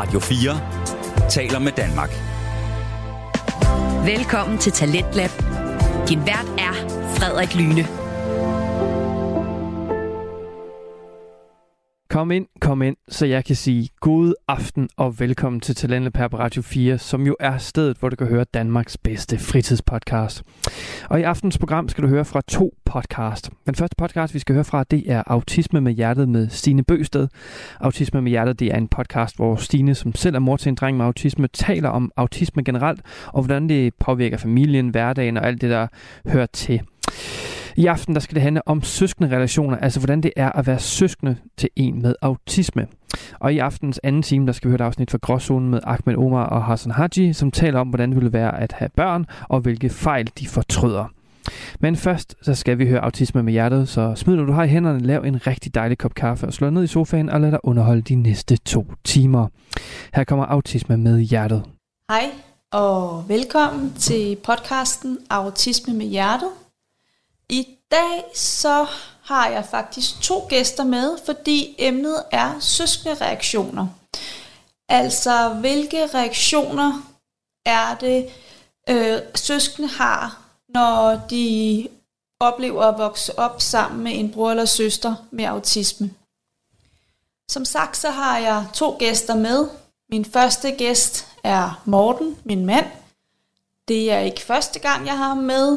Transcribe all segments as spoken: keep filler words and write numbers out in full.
Radio fire taler med Danmark. Velkommen til Talentlab. Din vært er Frederik Lyne. Kom ind, kom ind, så jeg kan sige god aften og velkommen til Talentlab her på Radio fire, som jo er stedet, hvor du kan høre Danmarks bedste fritidspodcast. Og i aftens program skal du høre fra to podcast. Den første podcast, vi skal høre fra, det er Autisme med Hjertet med Stine Bøgsted. Autisme med Hjertet, det er en podcast, hvor Stine, som selv er mor til en dreng med autisme, taler om autisme generelt, og hvordan det påvirker familien, hverdagen og alt det, der hører til. I aften der skal det handle om søskende relationer, altså hvordan det er at være søskende til en med autisme. Og i aftens anden time, der skal vi høre et afsnit fra Gråzonen med Ahmed Omar og Hassan Haji, som taler om, hvordan det vil være at have børn, og hvilke fejl de fortryder. Men først, så skal vi høre Autisme med Hjertet, så smid du, du har i hænderne, lav en rigtig dejlig kop kaffe og slå ned i sofaen og lad dig underholde de næste to timer. Her kommer Autisme med Hjertet. Hej og velkommen til podcasten Autisme med Hjertet. I dag så har jeg faktisk to gæster med, fordi emnet er søskende reaktioner. Altså, hvilke reaktioner er det, øh, søskende har, når de oplever at vokse op sammen med en bror eller søster med autisme. Som sagt, så har jeg to gæster med. Min første gæst er Morten, min mand. Det er ikke første gang, jeg har ham med.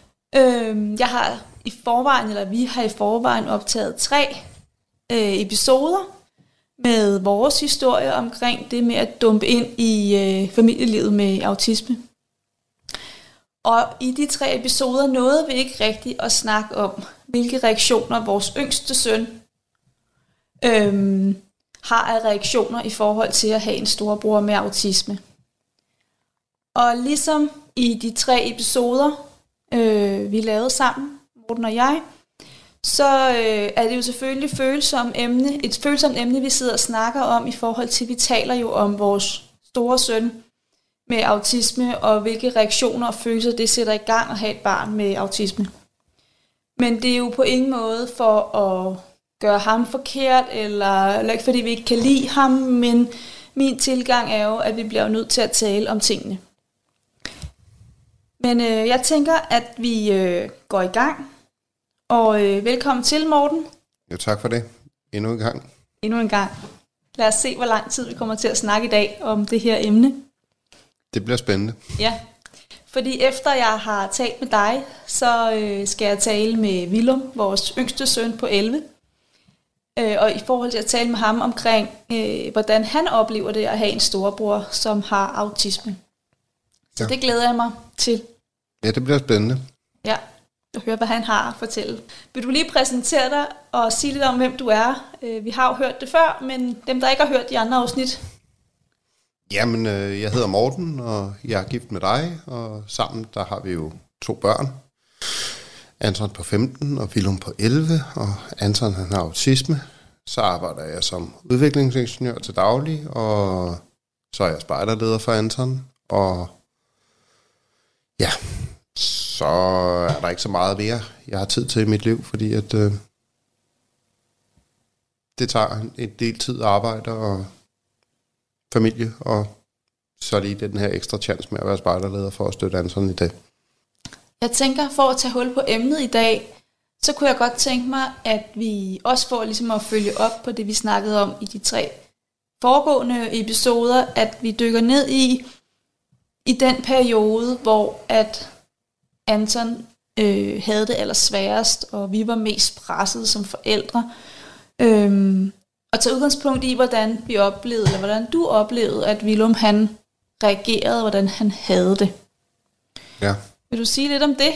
Jeg har i forvejen, eller vi har i forvejen optaget tre øh, episoder med vores historie omkring det med at dumpe ind i øh, familielivet med autisme. Og i de tre episoder nåede vi ikke rigtigt at snakke om, hvilke reaktioner vores yngste søn øh, har af reaktioner i forhold til at have en storebror med autisme. Og ligesom i de tre episoder, Øh, vi lavede sammen, Morten og jeg, så øh, er det jo selvfølgelig følsomt emne, et følsomt emne, vi sidder og snakker om i forhold til, vi taler jo om vores store søn med autisme, og hvilke reaktioner og følelser det sætter i gang at have et barn med autisme. Men det er jo på ingen måde for at gøre ham forkert, eller, eller ikke fordi vi ikke kan lide ham, men min tilgang er jo, at vi bliver nødt til at tale om tingene. Men øh, jeg tænker, at vi øh, går i gang. Og øh, velkommen til, Morten. Jo, tak for det. Endnu en gang. Endnu en gang. Lad os se, hvor lang tid vi kommer til at snakke i dag om det her emne. Det bliver spændende. Ja, fordi efter jeg har talt med dig, så øh, skal jeg tale med Willum, vores yngste søn på elleve. Øh, og i forhold til at tale med ham omkring, øh, hvordan han oplever det at have en storebror, som har autisme. Så ja. Det glæder jeg mig til. Ja, det bliver spændende. Ja, at høre, hvad han har at fortælle. Vil du lige præsentere dig og sige lidt om, hvem du er? Vi har jo hørt det før, men dem, der ikke har hørt de andre afsnit. Jamen, jeg hedder Morten, og jeg er gift med dig, og sammen der har vi jo to børn. Anton på femten og Willum på elleve, og Anton han har autisme. Så arbejder jeg som udviklingsingeniør til daglig, og så er jeg spejderleder for Anton, og ja, så er der ikke så meget mere, jeg har tid til i mit liv, fordi at øh, det tager en del tid at arbejde og familie, og så lige den her ekstra chance med at være spejderleder for at støtte Anton i dag. Jeg tænker, for at tage hul på emnet i dag, så kunne jeg godt tænke mig, at vi også får ligesom at følge op på det, vi snakkede om i de tre foregående episoder, at vi dykker ned i, i den periode, hvor at Anton øh, havde det allersværest, og vi var mest presset som forældre. Øhm, og tage udgangspunkt i, hvordan vi oplevede, eller hvordan du oplevede, at Willum han reagerede, hvordan han havde det. Ja. Vil du sige lidt om det?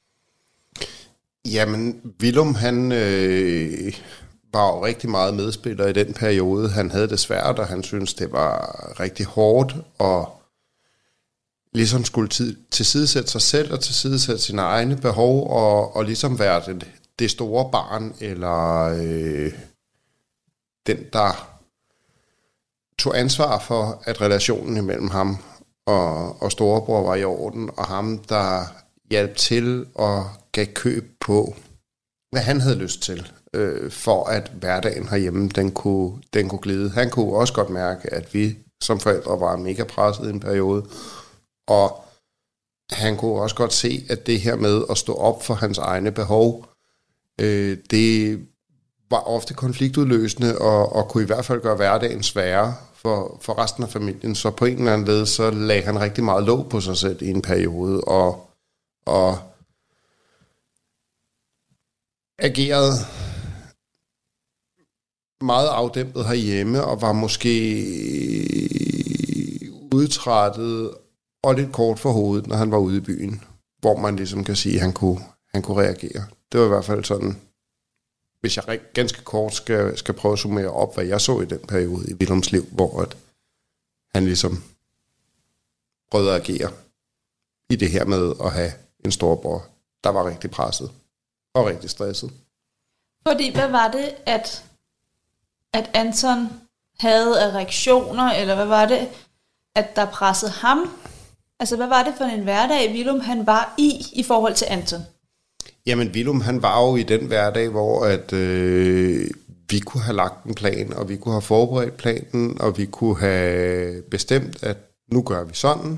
Jamen, Willum han øh, var jo rigtig meget medspiller i den periode. Han havde det svært, og han syntes, det var rigtig hårdt, og ligesom skulle tilsidesætte sig selv og tilsidesætte sine egne behov, og, og ligesom være det, det store barn, eller øh, den, der tog ansvar for, at relationen imellem ham og, og storebror var i orden, og ham, der hjalp til og gav køb på, hvad han havde lyst til, øh, for at hverdagen herhjemme, den kunne, den kunne glide. Han kunne også godt mærke, at vi som forældre var mega presset i en periode. Og han kunne også godt se, at det her med at stå op for hans egne behov, øh, det var ofte konfliktudløsende, og, og kunne i hvert fald gøre hverdagen sværere for, for resten af familien. Så på en eller anden led, så lagde han rigtig meget låg på sig selv i en periode, og, og agerede meget afdæmpet herhjemme, og var måske udtrættet og lidt kort for hovedet, når han var ude i byen, hvor man ligesom kan sige, at han kunne, han kunne reagere. Det var i hvert fald sådan, hvis jeg ganske kort skal, skal prøve at summere op, hvad jeg så i den periode i Willums liv, hvor at han ligesom prøvede at agere i det her med at have en storbror, der var rigtig presset og rigtig stresset. Fordi hvad var det, at, at Anton havde af reaktioner, eller hvad var det, at der pressede ham? Altså, hvad var det for en hverdag, Willum han var i, i forhold til Anton? Jamen, Willum han var jo i den hverdag, hvor at, øh, vi kunne have lagt en plan, og vi kunne have forberedt planen, og vi kunne have bestemt, at nu gør vi sådan.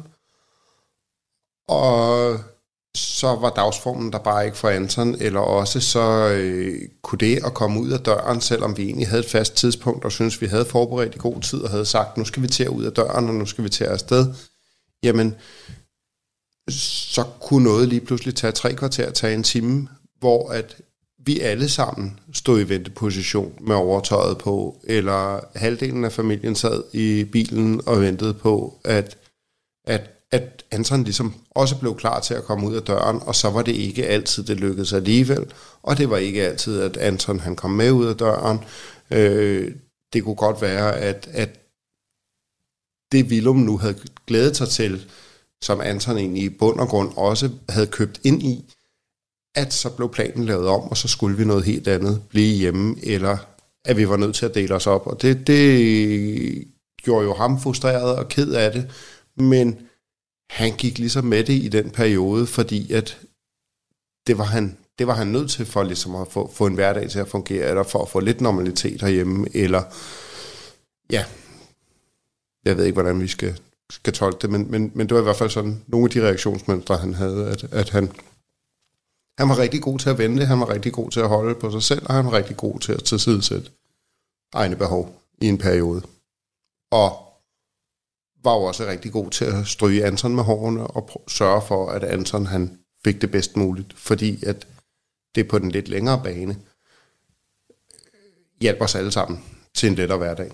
Og så var dagsformen der bare ikke for Anton, eller også så øh, kunne det at komme ud af døren, selvom vi egentlig havde et fast tidspunkt, og synes vi havde forberedt i god tid, og havde sagt, nu skal vi til ud af døren, og nu skal vi til afsted, jamen, så kunne noget lige pludselig tage tre kvarter, tage en time, hvor at vi alle sammen stod i venteposition med overtøjet på, eller halvdelen af familien sad i bilen og ventede på, at, at, at Anton ligesom også blev klar til at komme ud af døren, og så var det ikke altid, det lykkedes alligevel, og det var ikke altid, at Anton han kom med ud af døren. Øh, det kunne godt være, at, at det Willum nu havde glædet sig til, som Anton egentlig i bund og grund også havde købt ind i, at så blev planen lavet om, og så skulle vi noget helt andet, blive hjemme, eller at vi var nødt til at dele os op. Og det, det gjorde jo ham frustreret og ked af det, men han gik ligesom med det i den periode, fordi at det var han, det var han nødt til for ligesom at få, få en hverdag til at fungere, eller for at få lidt normalitet herhjemme, eller ja, jeg ved ikke, hvordan vi skal, skal tolke det, men, men, men det var i hvert fald sådan nogle af de reaktionsmønstre, han havde, at, at han, han var rigtig god til at vente, han var rigtig god til at holde på sig selv, og han var rigtig god til at tilsidesætte egne behov i en periode. Og var jo også rigtig god til at stryge Anton med hårene og sørge for, at Anton han fik det bedst muligt, fordi at det på den lidt længere bane hjælper os alle sammen til en lettere hverdag.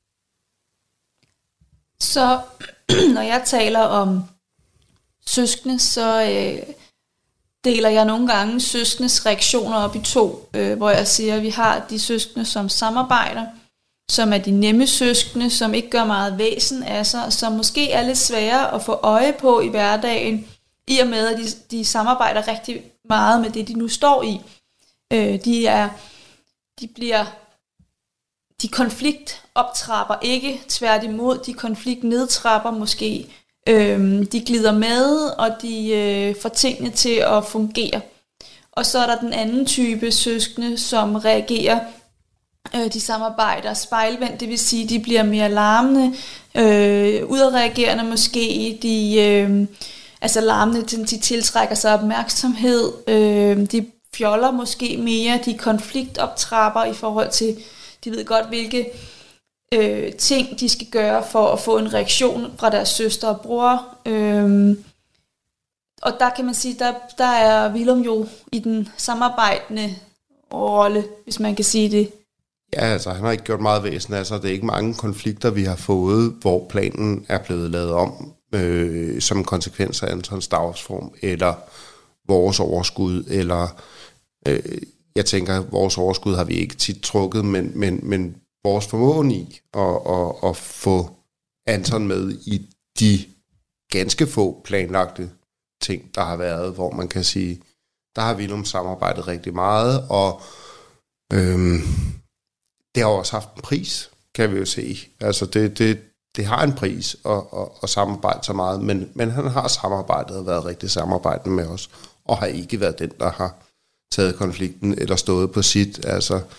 Så når jeg taler om søskende, så øh, deler jeg nogle gange søskendes reaktioner op i to, øh, hvor jeg siger, at vi har de søskende, som samarbejder, som er de nemme søskende, som ikke gør meget væsen af sig, som måske er lidt svære at få øje på i hverdagen, i og med, at de, de samarbejder rigtig meget med det, de nu står i. Øh, de er, de bliver, de konfliktoptrapper ikke, tværtimod, de konfliktnedtrapper måske. Øh, de glider med, og de øh, får tingene til at fungere. Og så er der den anden type søskende, som reagerer. Øh, de samarbejder spejlvendt, det vil sige, at de bliver mere larmende, øh, udadreagerende måske, de, øh, altså larmende, de tiltrækker sig opmærksomhed, øh, de fjoller måske mere, de konfliktoptrapper i forhold til, de ved godt, hvilke øh, ting de skal gøre for at få en reaktion fra deres søster og bror. Øh, og der kan man sige, der, der er Willum jo i den samarbejdende rolle, hvis man kan sige det. Ja, altså han har ikke gjort meget væsen af sig. Det er ikke mange konflikter, vi har fået, hvor planen er blevet lavet om øh, som en konsekvens af Antons dagsform, eller vores overskud, eller øh, jeg tænker, at vores overskud har vi ikke tit trukket, men, men, men vores formåen i at, at, at få Anton med i de ganske få planlagte ting, der har været, hvor man kan sige, der har Willum samarbejdet rigtig meget, og øhm, det har også haft en pris, kan vi jo se. Altså det, det, det har en pris at, at, at samarbejde så meget, men, men han har samarbejdet og været rigtig samarbejdende med os, og har ikke været den, der har taget konflikten eller stået på sit. Altså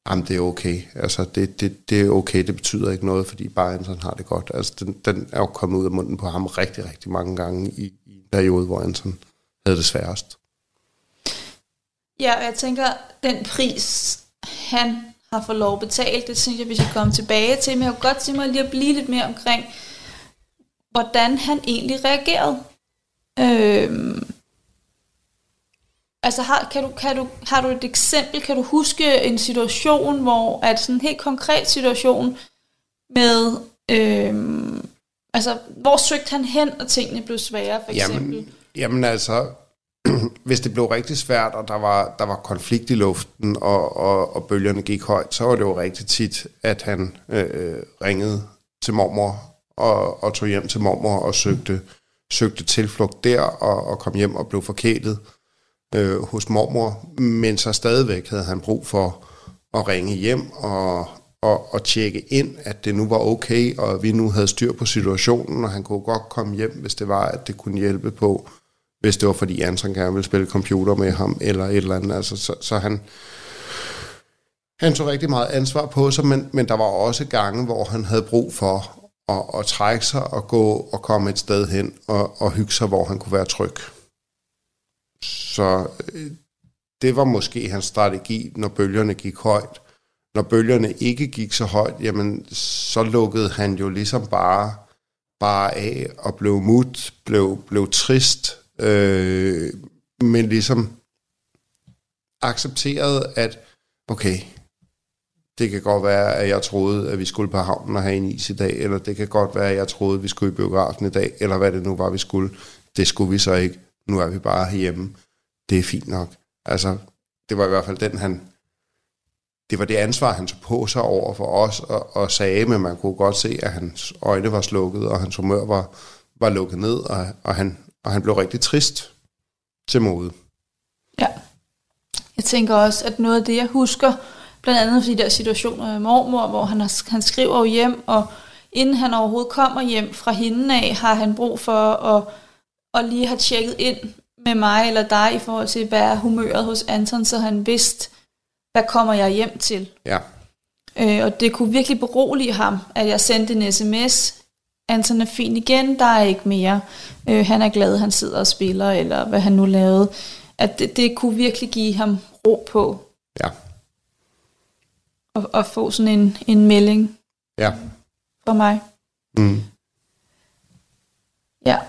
jamen det er okay. Altså det, det, det er okay, det betyder ikke noget, fordi bare Anton har det godt. Altså den, den er jo kommet ud af munden på ham rigtig, rigtig mange gange i, i en periode, hvor Anton havde det sværest. Ja, og jeg tænker, den pris, han har fået lov at betale, det synes jeg, vi skal komme tilbage til. Men jeg kunne godt tænke mig lige at blive lidt mere omkring, hvordan han egentlig reagerede. Øhm, altså har, kan du, kan du, har du et eksempel, kan du huske en situation, hvor at sådan en helt konkret situation med, øhm, altså hvor søgte han hen, og tingene blev svære, for eksempel? Jamen, jamen altså, hvis det blev rigtig svært, og der var, der var konflikt i luften, og, og, og bølgerne gik højt, så var det jo rigtig tit, at han øh, ringede til mormor, og, og tog hjem til mormor, og søgte, søgte tilflugt der, og, og kom hjem og blev forkælet øh, hos mormor, men så stadigvæk havde han brug for at ringe hjem, og, og, og tjekke ind, at det nu var okay, og vi nu havde styr på situationen, og han kunne godt komme hjem, hvis det var, at det kunne hjælpe på, hvis det var fordi Anton gerne ville spille computer med ham, eller et eller andet. Altså, så, så han, han tog rigtig meget ansvar på sig, men, men der var også gange, hvor han havde brug for at, at trække sig og gå og komme et sted hen og, og hygge sig, hvor han kunne være tryg. Så øh, det var måske hans strategi, når bølgerne gik højt. Når bølgerne ikke gik så højt, jamen, så lukkede han jo ligesom bare, bare af og blev mut, blev, blev trist, Øh, men ligesom accepterede, at okay, det kan godt være, at jeg troede, at vi skulle på havnen og have en is i dag, eller det kan godt være, at jeg troede, at vi skulle i biografen i dag, eller hvad det nu var, vi skulle. Det skulle vi så ikke. Nu er vi bare herhjemme. Det er fint nok. Altså, det var i hvert fald den, han... Det var det ansvar, han tog på sig over for os, og, og sagde, men man kunne godt se, at hans øjne var slukket, og hans humør var, var lukket ned, og, og han... Og han blev rigtig trist til mode. Ja. Jeg tænker også, at noget af det, jeg husker, blandt andet for de der situationer med mormor, hvor han, har, han skriver jo hjem, og inden han overhovedet kommer hjem fra hende af, har han brug for at, at lige have tjekket ind med mig eller dig i forhold til, hvad er humøret hos Anton, så han vidste, hvad kommer jeg hjem til. Ja. Øh, og det kunne virkelig berolige ham, at jeg sendte en sms. Anton er fin igen, der er ikke mere. Øh, han er glad, han sidder og spiller, eller hvad han nu lavede. At det, det kunne virkelig give ham ro på. Ja. Og, og få sådan en, en melding. Ja. For mig. Mm. Ja.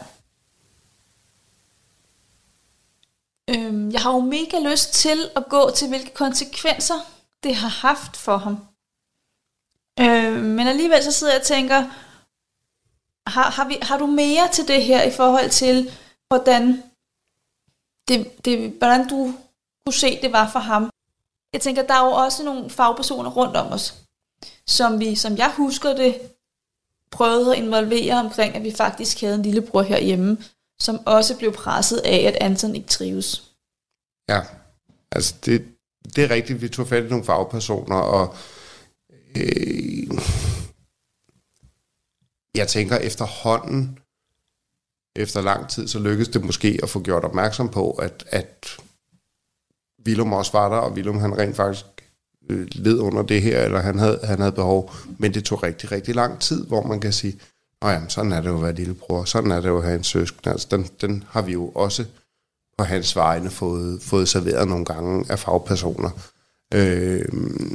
Øhm, jeg har jo mega lyst til at gå til, hvilke konsekvenser det har haft for ham. Øhm, men alligevel så sidder jeg og tænker, Har, har, vi, har du mere til det her i forhold til, hvordan, det, det, hvordan du kunne se, det var for ham? Jeg tænker, der er jo også nogle fagpersoner rundt om os, som vi, som jeg husker det, prøvede at involvere omkring, at vi faktisk havde en lillebror herhjemme, som også blev presset af, at Anton ikke trives. Ja, altså det, det er rigtigt, vi tog fat i nogle fagpersoner, og øh, jeg tænker efterhånden, efter lang tid, så lykkedes det måske at få gjort opmærksom på, at, at Willum også var der, og Willum han rent faktisk øh, led under det her, eller han havde, han havde behov, men det tog rigtig, rigtig lang tid, hvor man kan sige, nå jamen, sådan er det jo at være lillebror, sådan er det jo at have en søsken, altså den, den har vi jo også på hans vegne fået, fået serveret nogle gange af fagpersoner. Øh,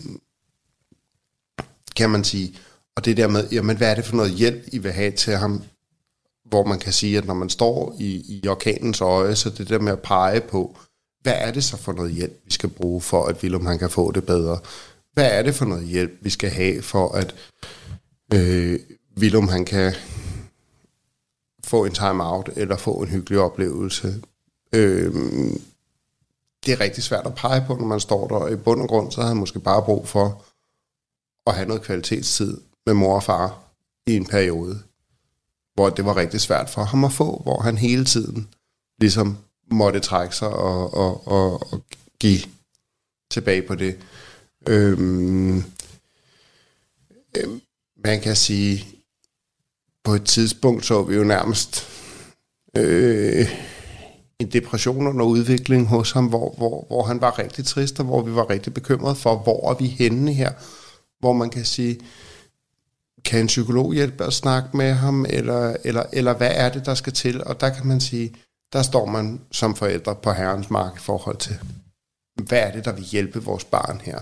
kan man sige, og det der med, jamen hvad er det for noget hjælp, I vil have til ham, hvor man kan sige, at når man står i, i orkanens øje, så det der med at pege på, hvad er det så for noget hjælp, vi skal bruge for, at Willum han kan få det bedre? Hvad er det for noget hjælp, vi skal have for, at øh, Willum han kan få en time-out, eller få en hyggelig oplevelse? Øh, det er rigtig svært at pege på, når man står der, og i bund og grund, så har han måske bare brug for at have noget kvalitetstid med mor og far i en periode, hvor det var rigtig svært for ham at få, hvor han hele tiden ligesom måtte trække sig og, og, og, og give tilbage på det. Øhm, øhm, man kan sige, på et tidspunkt så vi jo nærmest øh, en depression under udvikling hos ham, hvor, hvor, hvor han var rigtig trist, og hvor vi var rigtig bekymrede for, hvor er vi henne her, hvor man kan sige, kan en psykolog hjælpe at snakke med ham, eller, eller, eller hvad er det, der skal til? Og der kan man sige, der står man som forældre på herrens mark i forhold til, hvad er det, der vil hjælpe vores barn her?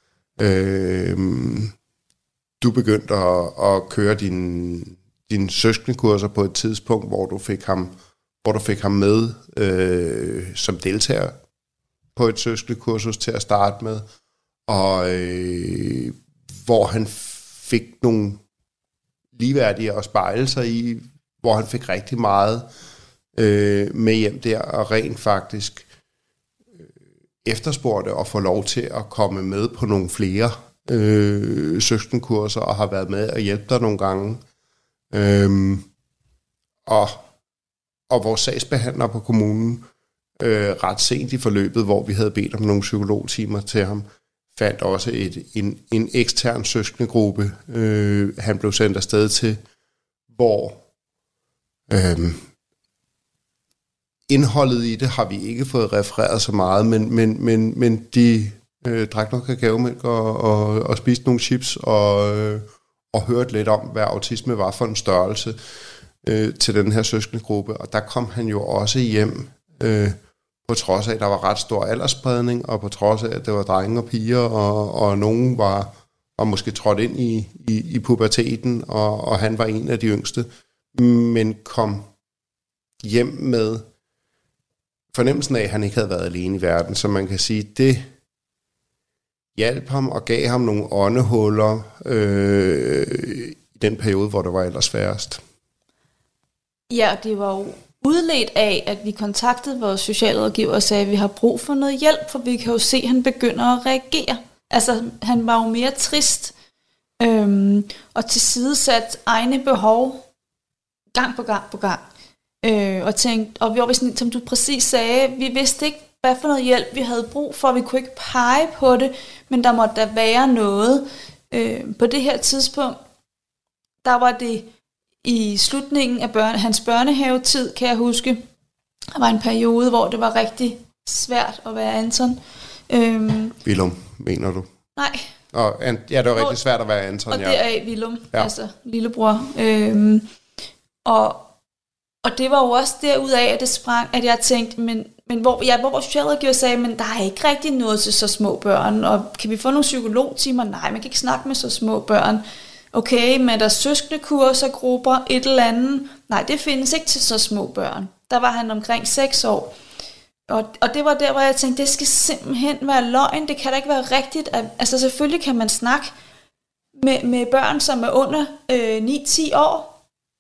Øh, du begyndte at, at køre dine din søskendekurser på et tidspunkt, hvor du fik ham, hvor du fik ham med øh, som deltager på et søskendekursus til at starte med, og øh, hvor han fik nogle ligeværdige at spejle sig i, hvor han fik rigtig meget øh, med hjem der, og rent faktisk øh, efterspurgte og få lov til at komme med på nogle flere øh, søskendekurser, og har været med og hjælpe dig nogle gange. Øhm, og, og vores sagsbehandler på kommunen øh, ret sent i forløbet, hvor vi havde bedt om nogle psykologtimer til ham, fandt også et, en, en ekstern søskendegruppe, øh, han blev sendt afsted til, hvor øh, indholdet i det har vi ikke fået refereret så meget, men, men, men, men de øh, drak noget kakaomælk og, og, og spiste nogle chips og, øh, og hørte lidt om, hvad autisme var for en størrelse øh, til den her søskendegruppe, og der kom han jo også hjem, øh, på trods af, at der var ret stor aldersspredning, og på trods af, at det var drenge og piger, og, og nogen var, var måske trådt ind i, i, i puberteten, og, og han var en af de yngste, men kom hjem med fornemmelsen af, at han ikke havde været alene i verden, så man kan sige, det hjalp ham og gav ham nogle åndehuller øh, i den periode, hvor det var ellers sværest. Ja, det var jo udledt af, at vi kontaktede vores socialrådgiver og sagde, at vi har brug for noget hjælp, for vi kan jo se, at han begynder at reagere. Altså, han var jo mere trist øhm, og tilsidesat egne behov gang på gang på gang. Øh, og, tænkte, og vi var sådan, som du præcis sagde, vi vidste ikke, hvad for noget hjælp vi havde brug for. Vi kunne ikke pege på det, men der måtte der være noget. Øh, på det her tidspunkt, der var det i slutningen af børne, hans børnehavetid, kan jeg huske. Der var en periode, hvor det var rigtig svært at være Anton. Øhm, Willum, mener du? Nej. Og, ja, det var rigtig svært at være Anton, og ja. Og deraf Willum, ja. altså lillebror. Øhm, og, og det var jo også derudaf, at det sprang, at jeg tænkte, men, men hvor, ja, hvor vores socialrådgiver sagde, men der er ikke rigtig noget til så små børn, og kan vi få nogle psykologtimer? Nej, man kan ikke snakke med så små børn. Okay, men der er søskendekurser, grupper, et eller andet. Nej, det findes ikke til så små børn. Der var han omkring seks år. Og, og det var der, hvor jeg tænkte, det skal simpelthen være løgn. Det kan da ikke være rigtigt. At, altså selvfølgelig kan man snakke med, med børn, som er under øh, ni til ti år.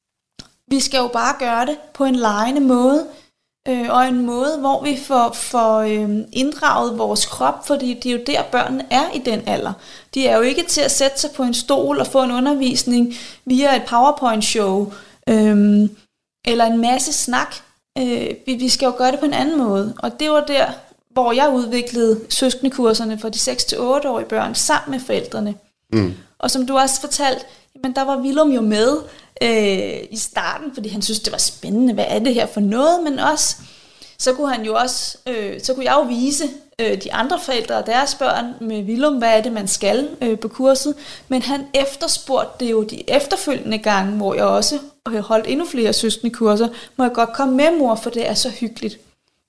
Vi skal jo bare gøre det på en legende måde. Øh, og en måde, hvor vi får, får øh, inddraget vores krop, fordi det er jo der, børnene er i den alder. De er jo ikke til at sætte sig på en stol og få en undervisning via et PowerPoint-show, øh, eller en masse snak. Øh, vi, vi skal jo gøre det på en anden måde. Og det var der, hvor jeg udviklede søskendekurserne for de seks til otte-årige børn sammen med forældrene. Mm. Og som du også fortalte, jamen, der var Willum jo med øh, i starten, fordi han synes det var spændende, hvad er det her for noget, men også, så kunne han jo også, øh, så kunne jeg jo vise øh, de andre forældre og deres børn med Willum, hvad er det, man skal øh, på kurset, men han efterspurgte det jo de efterfølgende gange, hvor jeg også har holdt endnu flere søskendekurser, må jeg godt komme med, mor, for det er så hyggeligt.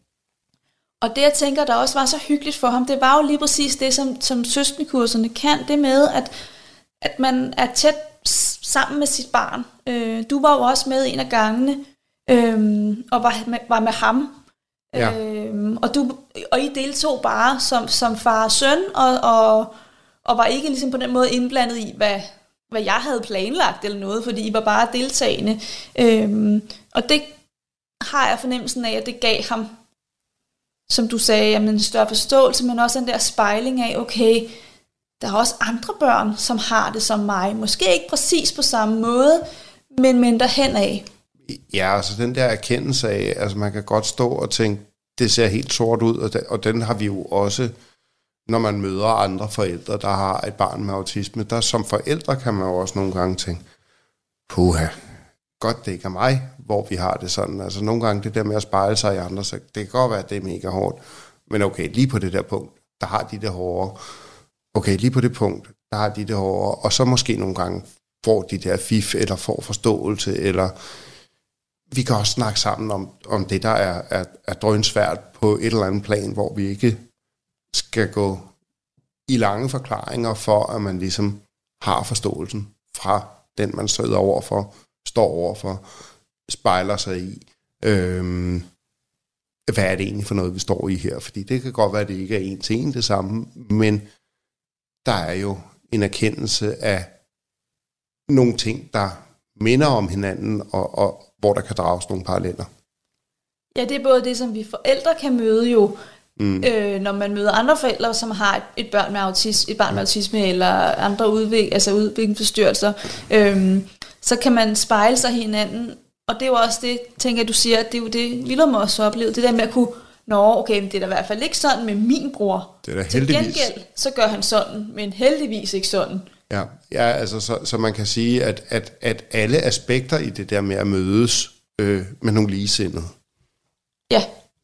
Og det, jeg tænker, der også var så hyggeligt for ham, det var jo lige præcis det, som, som søskendekurserne kan, det med, at, at man er tæt sammen med sit barn. Øh, du var jo også med en af gangene, øh, og var med, var med ham. Ja. Øh, og, du, og I deltog bare som, som far og søn, og, og, og var ikke ligesom på den måde indblandet i, hvad, hvad jeg havde planlagt eller noget, fordi I var bare deltagende. Øh, og det har jeg fornemmelsen af, at det gav ham, som du sagde, jamen, en større forståelse, men også den der spejling af, okay, der er også andre børn, som har det som mig. Måske ikke præcis på samme måde, men, men derhen af. Ja, altså den der erkendelse af, altså man kan godt stå og tænke, det ser helt sort ud, og den, og den har vi jo også, når man møder andre forældre, der har et barn med autisme. Der som forældre kan man jo også nogle gange tænke, puha, godt, det ikke er mig, hvor vi har det sådan. Altså nogle gange det der med at spejle sig i andre, så det kan godt være, at det er mega hårdt. Men okay, lige på det der punkt, der har de det hårdere. Okay, lige på det punkt, der har de det hårdere. Og så måske nogle gange får de der fif, eller får forståelse, eller vi kan også snakke sammen om, om det, der er, er, er drønsvært på et eller andet plan, hvor vi ikke skal gå i lange forklaringer for, at man ligesom har forståelsen fra den, man sidder overfor, står overfor, spejler sig i. Øhm, hvad er det egentlig for noget, vi står i her? Fordi det kan godt være, at det ikke er en til en det samme, men der er jo en erkendelse af nogle ting, der minder om hinanden, og, og hvor der kan drages nogle paralleller. Ja, det er både det, som vi forældre kan møde jo, mm. øh, når man møder andre forældre, som har et, et, børn med autisme, et barn med autisme, eller andre udvik, altså udviklingsforstyrrelser, øh, så kan man spejle sig hinanden. Og det er jo også det, tænker jeg, du siger, at det er jo det, Willum også har oplevet, det der med at kunne, nå, okay, men det er da i hvert fald ikke sådan med min bror. Det er da Til heldigvis. gengæld, så gør han sådan, men heldigvis ikke sådan. Ja, ja altså, så, så man kan sige, at, at, at alle aspekter i det der med at mødes øh, med nogle ligesindede. Ja.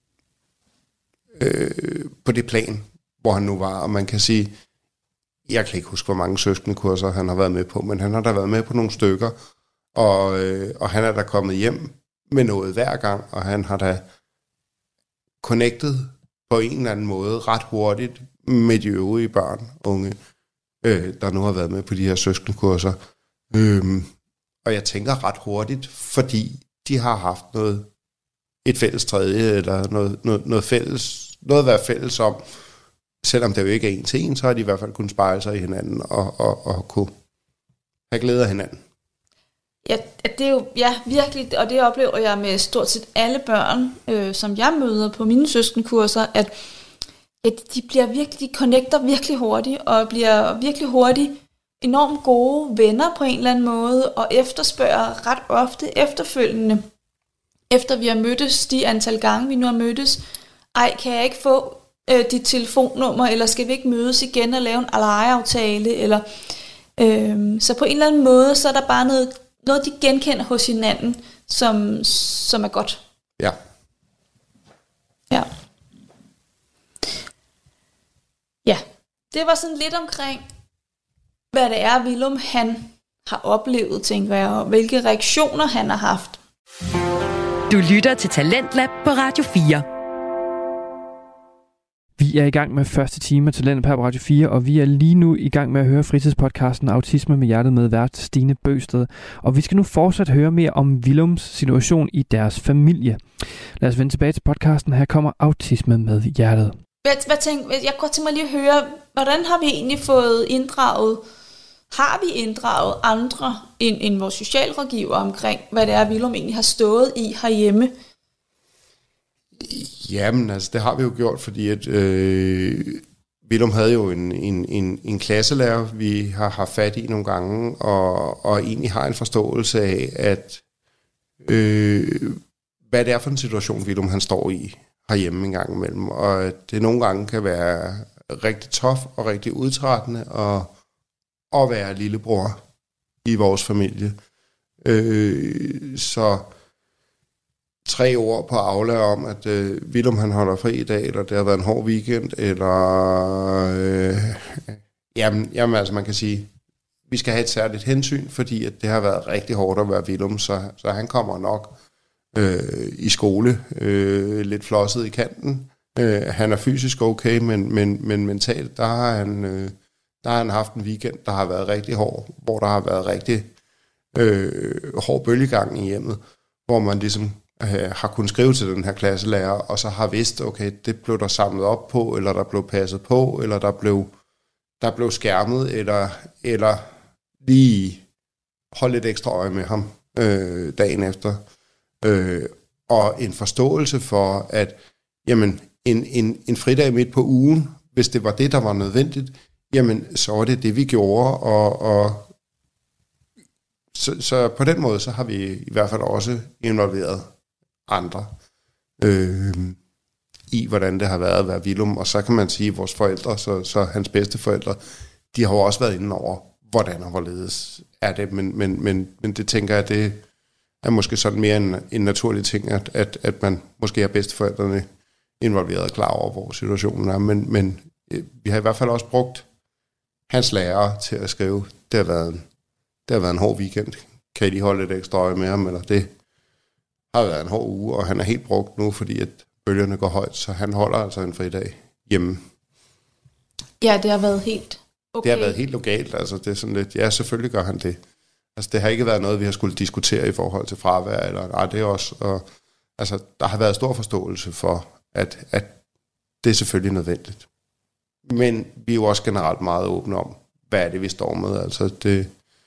Øh, på det plan, hvor han nu var, og man kan sige, jeg kan ikke huske, hvor mange søskendekurser han har været med på, men han har da været med på nogle stykker, og, øh, og han er da kommet hjem med noget hver gang, og han har da connected på en eller anden måde ret hurtigt med de øvrige børn, unge, øh, der nu har været med på de her søskendekurser. Øh, og jeg tænker ret hurtigt, fordi de har haft noget, et fælles tredje, eller noget, noget, noget fælles, noget at være fælles om. Selvom det jo ikke er en til en, så har de i hvert fald kunnet spejle sig i hinanden, og, og, og kunne have glæde af hinanden. Ja, det er jo ja, virkelig, og det oplever jeg med stort set alle børn, øh, som jeg møder på mine søskenkurser, at, at de bliver virkelig, de connecter virkelig hurtigt, og bliver virkelig hurtigt enormt gode venner på en eller anden måde, og efterspørger ret ofte efterfølgende, efter vi har mødtes de antal gange, vi nu har mødtes, ej, kan jeg ikke få øh, dit telefonnummer, eller skal vi ikke mødes igen og lave en legeaftale, eller øh, så på en eller anden måde, så er der bare noget, noget de genkender hos hinanden, som, som er godt. Ja. Ja. Ja, det var sådan lidt omkring, hvad det er, Willum han har oplevet, tænker jeg, og hvilke reaktioner han har haft. Du lytter til Talentlab på Radio fire. Vi er i gang med første time af Talentlab her på Radio fire, og vi er lige nu i gang med at høre fritidspodcasten Autisme med hjertet med vært Stine Bøgsted. Og vi skal nu fortsat høre mere om Willums situation i deres familie. Lad os vende tilbage til podcasten. Her kommer Autisme med hjertet. Hvad, hvad tænk, jeg kunne godt tænke mig lige at høre, hvordan har vi egentlig fået inddraget, har vi inddraget andre end, end vores socialrådgiver omkring, hvad det er, Willum egentlig har stået i herhjemme? Jamen, altså det har vi jo gjort, fordi at øh, Willum havde jo en, en, en, en klasselærer, vi har haft fat i nogle gange, og, og egentlig har en forståelse af, at øh, hvad det er for en situation, Willum han står i herhjemme en gang imellem, og at det nogle gange kan være rigtig tof og rigtig udtrættende og, og være lillebror i vores familie. Øh, så tre ord på Aula om, at øh, Willum han holder fri i dag, eller det har været en hård weekend, eller øh, jamen, jamen altså man kan sige, vi skal have et særligt hensyn, fordi at det har været rigtig hårdt at være Willum, så, så han kommer nok øh, i skole øh, lidt flosset i kanten. Øh, han er fysisk okay, men, men, men mentalt, der har, han, øh, der har han haft en weekend, der har været rigtig hård, hvor der har været rigtig øh, hård bølgegang i hjemmet, hvor man ligesom har kunnet skrive til den her klasselærer, og så har vidst, okay, det blev der samlet op på, eller der blev passet på, eller der blev, der blev skærmet, eller, eller lige holde lidt ekstra øje med ham øh, dagen efter. Øh, og en forståelse for, at jamen, en, en, en fridag midt på ugen, hvis det var det, der var nødvendigt, jamen, så var det det, vi gjorde, og, og så, så på den måde, så har vi i hvert fald også involveret andre øh, i, hvordan det har været at være Willum. Og så kan man sige, at vores forældre, så, så hans bedste forældre, de har jo også været inde over, hvordan og hvorledes er det. Men, men, men, men det tænker jeg, det er måske sådan mere en, en naturlig ting, at, at, at man måske har bedsteforældrene involveret og klar over, hvor situationen er. Men, men vi har i hvert fald også brugt hans lærere til at skrive, det har været en, det har været en hård weekend. Kan I lige holde lidt ekstra øje med ham? Eller det har været en hård uge, og han er helt brugt nu, fordi at bølgerne går højt, så han holder altså en fridag hjemme. Ja, det har været helt okay. Det har været helt lokalt, altså det er sådan lidt, ja, selvfølgelig gør han det. Altså det har ikke været noget, vi har skulle diskutere i forhold til fravær, eller nej, det er også, og, altså der har været stor forståelse for, at, at det er selvfølgelig nødvendigt. Men vi er jo også generelt meget åbne om, hvad er det, vi står med, altså det...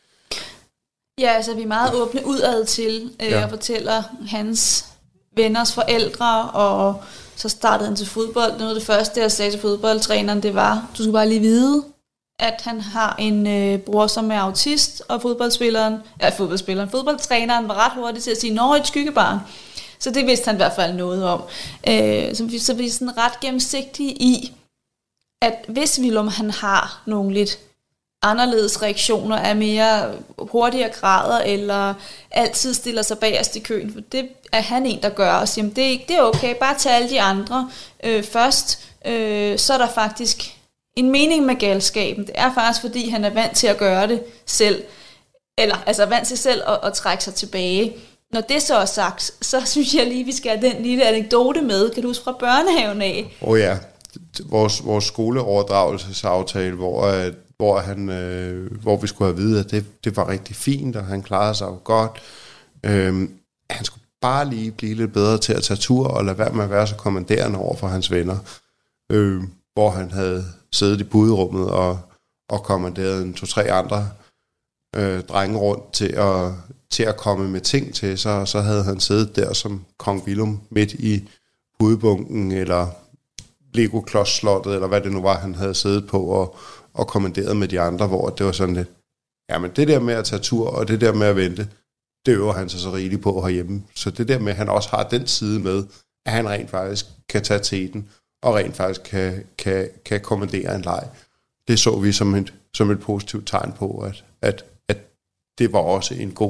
Ja, altså vi er meget åbne udad til, øh, ja. og fortæller hans venners forældre, og så startede han til fodbold. Noget af det første, jeg sagde til fodboldtræneren, det var, du skal bare lige vide, at han har en øh, bror, som er autist, og fodboldspilleren, ja, fodboldspilleren, fodboldtræneren var ret hurtig til at sige, nå, et skyggebarn. Så det vidste han i hvert fald noget om. Øh, så, vi, så vi er sådan ret gennemsigtige i, at hvis Willum han har nogle lidt anderledes reaktioner, er mere hurtigere grader, eller altid stiller sig bagerst i køen, for det er han en, der gør, og siger, det er, ikke, det er okay, bare tage alle de andre øh, først, øh, så er der faktisk en mening med galskaben. Det er faktisk, fordi han er vant til at gøre det selv, eller altså vant til selv at, at trække sig tilbage. Når det så er sagt, så synes jeg lige, vi skal have den lille anekdote med, kan du huske fra børnehaven af? Åh oh ja, vores, vores skoleoverdragelsesaftale, hvor, hvor, han, øh, hvor vi skulle have vide, at det, det var rigtig fint, og han klarede sig jo godt. Øhm, han skulle bare lige blive lidt bedre til at tage tur, og lade være med at være så kommanderende over for hans venner. Øh, hvor han havde siddet i puderummet og, og kommanderet en to-tre andre øh, drenge rundt til at, til at komme med ting til sig, og så havde han siddet der som kong Willum midt i pudebunken, eller Lego-klodsslottet, eller hvad det nu var, han havde siddet på og, og kommanderet med de andre, hvor det var sådan lidt, jamen det der med at tage tur, og det der med at vente, det øver han sig så rigeligt på herhjemme. Så det der med, at han også har den side med, at han rent faktisk kan tage teten, og rent faktisk kan, kan, kan kommandere en leg. Det så vi som et, som et positivt tegn på, at, at, at det var også en god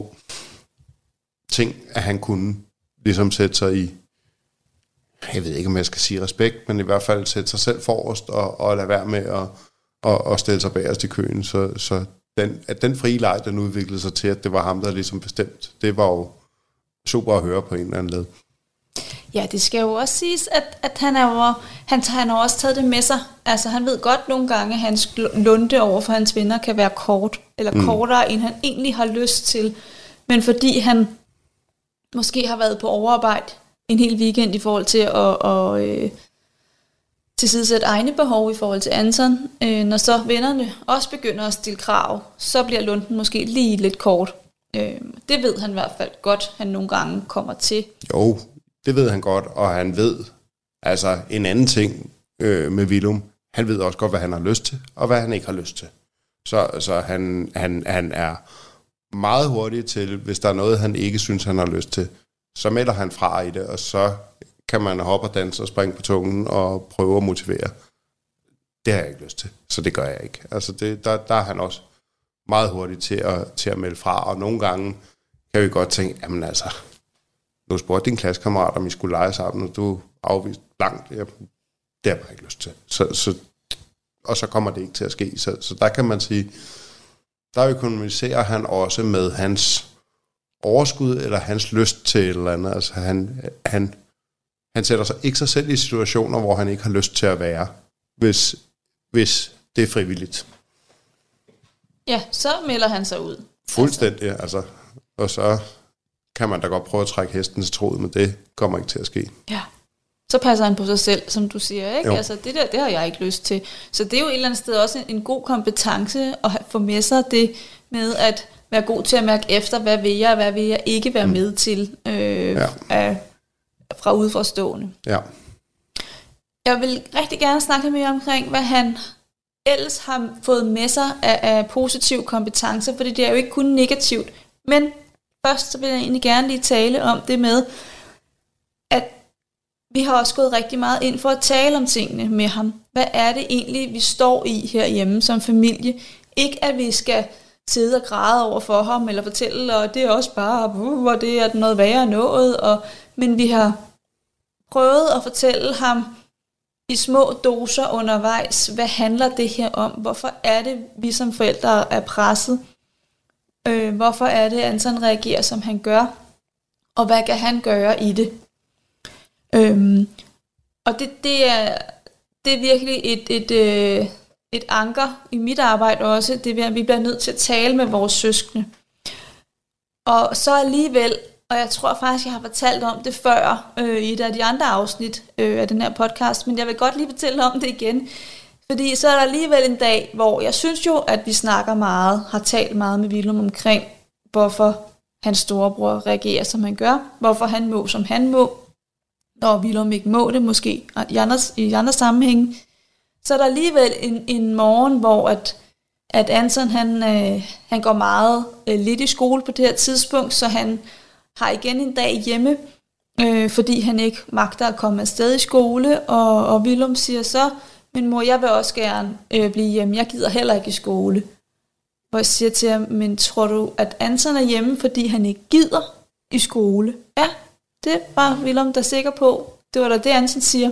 ting, at han kunne ligesom sætte sig i, jeg ved ikke, om jeg skal sige respekt, men i hvert fald sætte sig selv forrest, og, og lade være med at og, og stille sig bagerst i køen. Så, så den, at den frie leg, den udviklede sig til, at det var ham, der ligesom bestemt, det var jo super at høre på en eller anden led. Ja, det skal jo også siges, at, at han, er jo, han, han har også taget det med sig. Altså, han ved godt nogle gange, at hans lunte over for hans venner kan være kort, eller mm. kortere, end han egentlig har lyst til. Men fordi han måske har været på overarbejde en hel weekend i forhold til at, at øh, tilsidesætte egne behov i forhold til Anton, øh, når så vennerne også begynder at stille krav, så bliver lunden måske lige lidt kort. Øh, det ved han i hvert fald godt, han nogle gange kommer til. Jo, det ved han godt, og han ved, altså en anden ting øh, med Willum, han ved også godt, hvad han har lyst til, og hvad han ikke har lyst til. Så, så han, han, han er meget hurtig til, hvis der er noget, han ikke synes, han har lyst til, så melder han fra i det, og så kan man hoppe og danse og springe på tungen og prøve at motivere. Det har jeg ikke lyst til, så det gør jeg ikke. Altså det, der, der er han også meget hurtig til at, til at melde fra, og nogle gange kan vi godt tænke, jamen altså, nu spurgte din klassekammerat, om I skulle lege sammen, og du afviste blankt. Ja, det har jeg bare ikke lyst til. Så, så, og så kommer det ikke til at ske. Så, så der kan man sige, der økonomiserer han også med hans overskud, eller hans lyst til et eller andet. Altså han, han, han sætter sig ikke sig selv i situationer, hvor han ikke har lyst til at være, hvis, hvis det er frivilligt. Ja, så melder han sig ud. Fuldstændig, altså. Og så kan man da godt prøve at trække hesten til troet, men det kommer ikke til at ske. Ja, så passer han på sig selv, som du siger, ikke? Altså det der, det har jeg ikke lyst til. Så det er jo et eller andet sted også en, en god kompetence at få med sig det med at være god til at mærke efter, hvad vil jeg, og hvad vil jeg ikke være med til øh, ja. af, fra udefrastående. Ja. Jeg vil rigtig gerne snakke mere omkring, hvad han ellers har fået med sig af, af positive kompetencer, fordi det er jo ikke kun negativt. Men først så vil jeg egentlig gerne lige tale om det med, at vi har også gået rigtig meget ind for at tale om tingene med ham. Hvad er det egentlig, vi står i herhjemme som familie? Ikke at vi skal sidde og græde over for ham, eller fortælle, og det er også bare, uh, hvor det er noget værre noget, og, men vi har prøvet at fortælle ham i små doser undervejs, hvad handler det her om? Hvorfor er det, vi som forældre er presset? Øh, hvorfor er det, at Anton reagerer, som han gør? Og hvad kan han gøre i det? Øhm, og det, det, er, det er virkelig et, et, et, et anker i mit arbejde også. Det er, at vi bliver nødt til at tale med vores søskende. Og så alligevel, og jeg tror faktisk, jeg har fortalt om det før øh, i et af de andre afsnit øh, af den her podcast, men jeg vil godt lige fortælle om det igen. Fordi så er der alligevel en dag, hvor jeg synes jo, at vi snakker meget, har talt meget med Willum omkring, hvorfor hans storebror reagerer, som han gør, hvorfor han må, som han må, når Willum ikke må det, måske i andre, i andre sammenhænge. Så er der alligevel en, en morgen, hvor at, at Anton, han, øh, han går meget øh, lidt i skole på det her tidspunkt, så han har igen en dag hjemme, øh, fordi han ikke magter at komme afsted i skole, og, og Willum siger så, men mor, jeg vil også gerne øh, blive hjemme, jeg gider heller ikke i skole. Hvor jeg siger til ham, men tror du, at Anton er hjemme, fordi han ikke gider i skole? Ja, det var Willum der sikker på. Det var da det, Anton siger.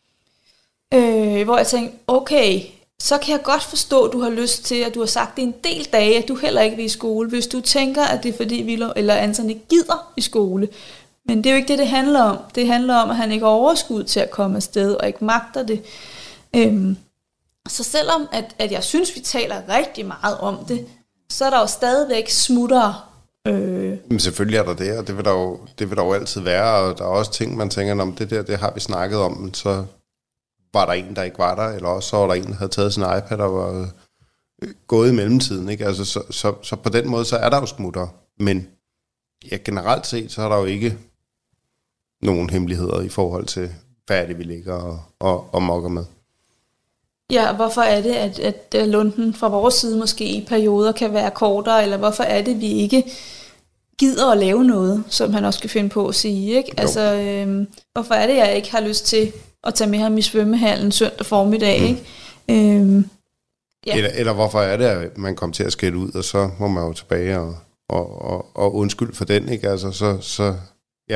Øh, hvor jeg tænkte, okay, så kan jeg godt forstå, at du har lyst til, at du har sagt det en del dage, at du heller ikke vil i skole, hvis du tænker, at det er fordi Willum eller Anton ikke gider i skole. Men det er jo ikke det, det handler om. Det handler om, at han ikke har overskud til at komme afsted, og ikke magter det. Øhm, så selvom at, at jeg synes, vi taler rigtig meget om det, så er der jo stadigvæk smuttere. Øh. Men selvfølgelig er der det, og det vil der, jo, det vil der jo altid være, og der er også ting, man tænker, om det der, det har vi snakket om, men så var der en, der ikke var der, eller også så var der en, der havde taget sin iPad og var gået i mellemtiden, ikke? Altså, så, så, så på den måde, så er der jo smuttere, men ja, generelt set, så er der jo ikke nogen hemmeligheder i forhold til, hvad er det, vi ligger og, og, og mokker med. Ja, hvorfor er det, at, at lunden fra vores side måske i perioder kan være kortere, eller hvorfor er det, vi ikke gider at lave noget, som han også kan finde på at sige, ikke? Altså, øhm, hvorfor er det, jeg ikke har lyst til at tage med ham i svømmehallen søndag formiddag, mm. ikke? Øhm, ja. eller, eller hvorfor er det, at man kommer til at skælde ud, og så må man jo tilbage og, og, og, og undskyld for den, ikke? Altså, så, så ja.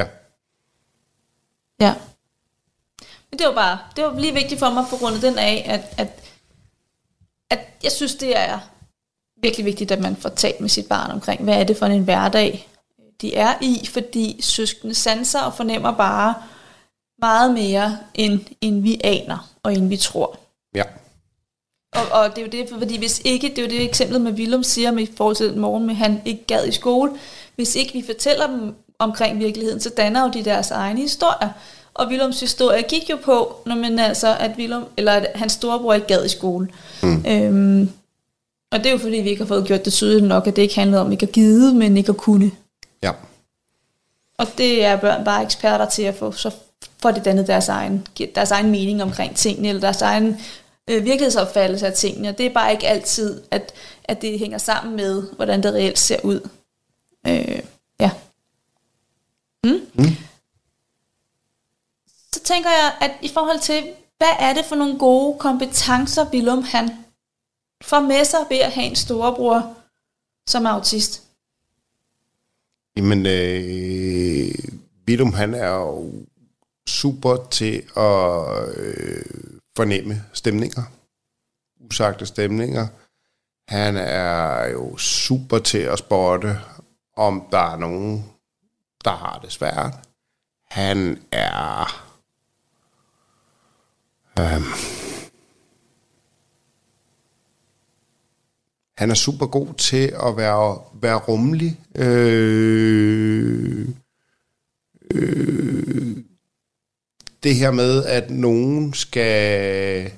Ja. Men det var bare, det var lige vigtigt for mig at få rundet den af, at, at, at jeg synes, det er virkelig vigtigt, at man får talt med sit barn omkring, hvad er det for en hverdag, de er i, fordi søskende sanser og fornemmer bare meget mere, end, end vi aner, og end vi tror. Ja. Og, og det er jo det, fordi hvis ikke, det er jo det eksempel med Willum siger med i forhold til morgen, med han ikke gad i skole, hvis ikke vi fortæller dem omkring virkeligheden, så danner jo de deres egne historier. Og Willums historie gik jo på, når man altså, at Willum, eller at hans storebror ikke gad i skole. Mm. Øhm, og det er jo fordi, vi ikke har fået gjort det tydeligt nok, at det ikke handlede om ikke at gide, men ikke at kunne. Ja. Og det er børn bare eksperter til at få, så får de dannet deres egen, deres egen mening omkring tingene, eller deres egen øh, virkelighedsopfattelse af tingene. Og det er bare ikke altid, at, at det hænger sammen med, hvordan det reelt ser ud. Øh, ja. Mm? Mm. Så tænker jeg, at i forhold til, hvad er det for nogle gode kompetencer, Willum han får med sig ved at have en storebror som autist? Jamen, øh, Willum han er jo super til at øh, fornemme stemninger, usagte stemninger. Han er jo super til at spotte, om der er nogen, der har det svært. Han er... Øh, han er super god til at være, være rummelig. Øh, øh, det her med, at nogen skal...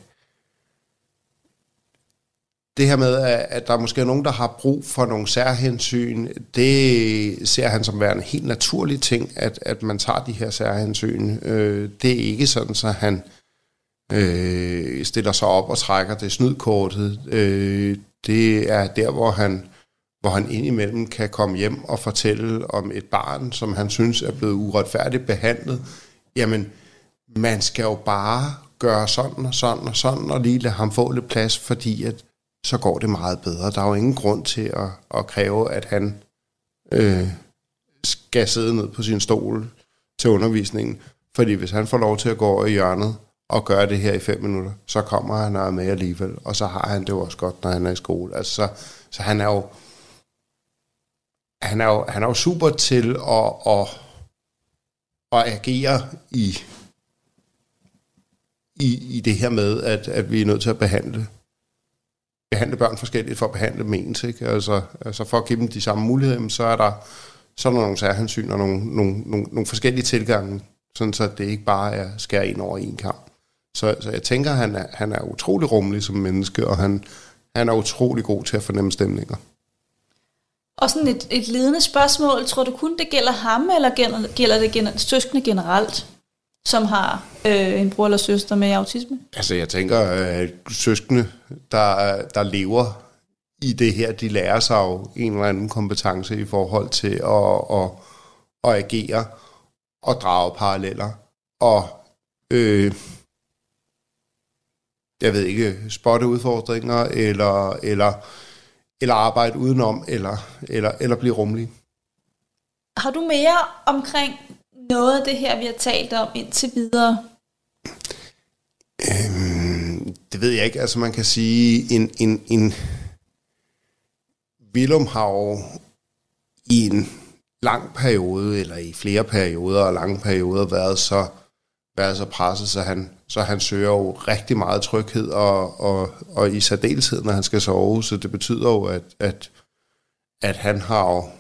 Det her med, at der måske er nogen, der har brug for nogle særhensyn, det ser han som værende en helt naturlig ting, at, at man tager de her særhensyn. Øh, det er ikke sådan, så han øh, stiller sig op og trækker det snydkortet. Øh, det er der, hvor han, hvor han indimellem kan komme hjem og fortælle om et barn, som han synes er blevet uretfærdigt behandlet. Jamen, man skal jo bare gøre sådan og sådan og sådan, og lige lade ham få lidt plads, fordi at så går det meget bedre. Der er jo ingen grund til at, at kræve, at han øh, skal sidde ned på sin stol til undervisningen. Fordi hvis han får lov til at gå over i hjørnet og gøre det her i fem minutter, så kommer han og er med alligevel. Og så har han det jo også godt, når han er i skole. Altså, så, så han er jo han er jo, han er jo super til at, at, at agere i, i, i det her med, at, at vi er nødt til at behandle behandle børn forskelligt for at behandle dem ens, ikke? Altså, altså for at give dem de samme muligheder, så er der så er der nogle særhensyn og nogle, nogle, nogle, nogle forskellige tilgange, sådan så det ikke bare er skære ind over en kamp. Så, så jeg tænker, at han er, han er utrolig rummelig som menneske, og han, han er utrolig god til at fornemme stemninger. Og sådan et, et ledende spørgsmål, tror du kun det gælder ham, eller gælder, gælder det gener- søskende generelt, som har øh, en bror eller søster med autisme? Altså jeg tænker, at søskende, der, der lever i det her, de lærer sig jo en eller anden kompetence i forhold til at, at, at agere og drage paralleller. Og øh, jeg ved ikke, spotte udfordringer, eller, eller, eller arbejde udenom, eller, eller, eller blive rummelig. Har du mere omkring noget af det her, vi har talt om indtil videre? Øhm, det ved jeg ikke. Altså man kan sige, en, en, en Willum har jo i en lang periode, eller i flere perioder og lange perioder, været så, været så presset, så han, så han søger jo rigtig meget tryghed, og, og, og i særdeleshed, når han skal sove. Så det betyder jo, at, at, at han har jo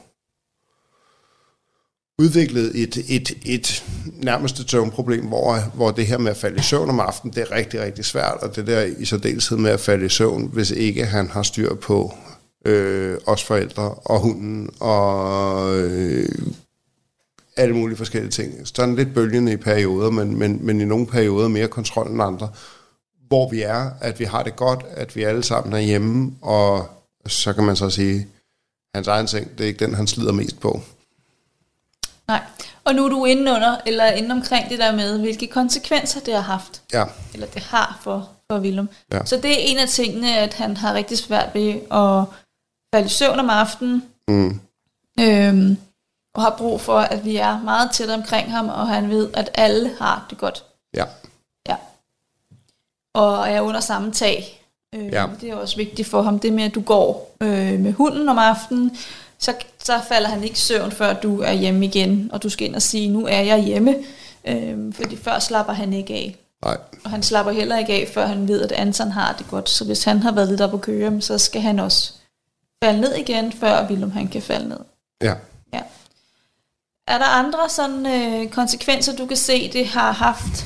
udviklet et, et, et nærmeste søvnproblem, hvor, hvor det her med at falde i søvn om aftenen, det er rigtig, rigtig svært, og det der i særdeleshed med at falde i søvn, hvis ikke han har styr på øh, os forældre og hunden og øh, alle mulige forskellige ting. Sådan lidt bølgende i perioder, men, men, men i nogle perioder mere kontrol end andre, hvor vi er, at vi har det godt, at vi alle sammen er hjemme, og så kan man så sige, hans egen seng, det er ikke den, han slider mest på. Nej, og nu er du inde under, eller inde omkring det der med, hvilke konsekvenser det har haft. Ja. Eller det har for, for Willum. Ja. Så det er en af tingene, at han har rigtig svært ved at falde i søvn om aftenen. Mm. Øhm, og har brug for, at vi er meget tæt omkring ham, og han ved, at alle har det godt. Ja. Ja. Og er under samme tag. Øh, ja. Det er også vigtigt for ham, det med, at du går øh, med hunden om aftenen, så, så falder han ikke i søvn, før du er hjemme igen, og du skal ind og sige, nu er jeg hjemme, øh, fordi før slapper han ikke af. Nej. Og han slapper heller ikke af, før han ved, at Anton har det godt. Så hvis han har været lidt op at køre, så skal han også falde ned igen, før Willum han kan falde ned. Ja. Ja. Er der andre sådan øh, konsekvenser, du kan se, det har haft?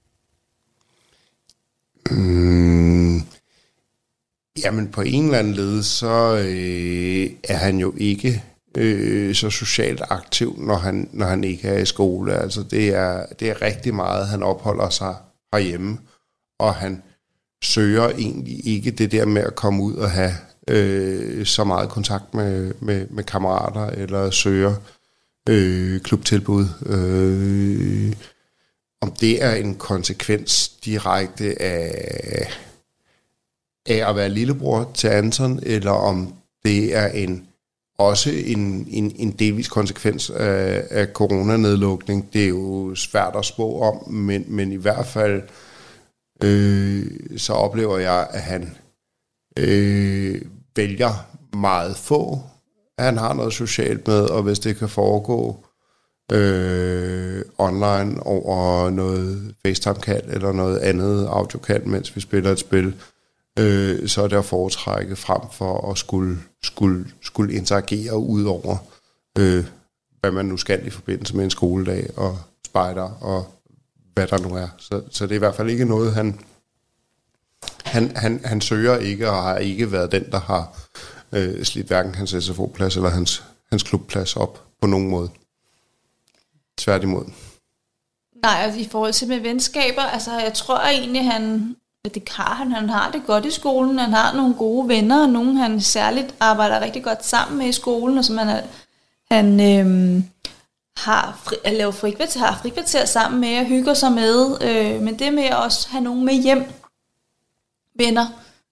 Mm. Jamen på en eller anden led, så øh, er han jo ikke øh, så socialt aktiv, når han, når han ikke er i skole. Altså det er, det er rigtig meget, han opholder sig herhjemme, og han søger egentlig ikke det der med at komme ud og have øh, så meget kontakt med, med, med kammerater, eller søger øh, klubtilbud. Øh, om det er en konsekvens direkte af... af at være lillebror til Anton, eller om det er en også en, en, en delvis konsekvens af, af coronanedlukning. Det er jo svært at spå om, men, men i hvert fald øh, så oplever jeg, at han øh, vælger meget få. Han har noget socialt med, og hvis det kan foregå øh, online over noget FaceTime-kald eller noget andet audio-kald, mens vi spiller et spil, Øh, så er det at foretrække frem for at skulle, skulle, skulle interagere ud over, øh, hvad man nu skal i forbindelse med en skoledag og spejder og hvad der nu er. Så, så det er i hvert fald ikke noget, han, han, han, han søger ikke, og har ikke været den, der har øh, slidt hverken hans S F O-plads eller hans, hans klubplads op på nogen måde. Tværtimod. Nej, altså i forhold til med venskaber, altså jeg tror egentlig, han... Det har han. Han har det godt i skolen. Han har nogle gode venner, og nogen han særligt arbejder rigtig godt sammen med i skolen, og som han, er, han øhm, har fri, at lave frikvarter, har frikvarter sammen med og hygger sig med. Øh, men det med at også have nogen med hjem, venner,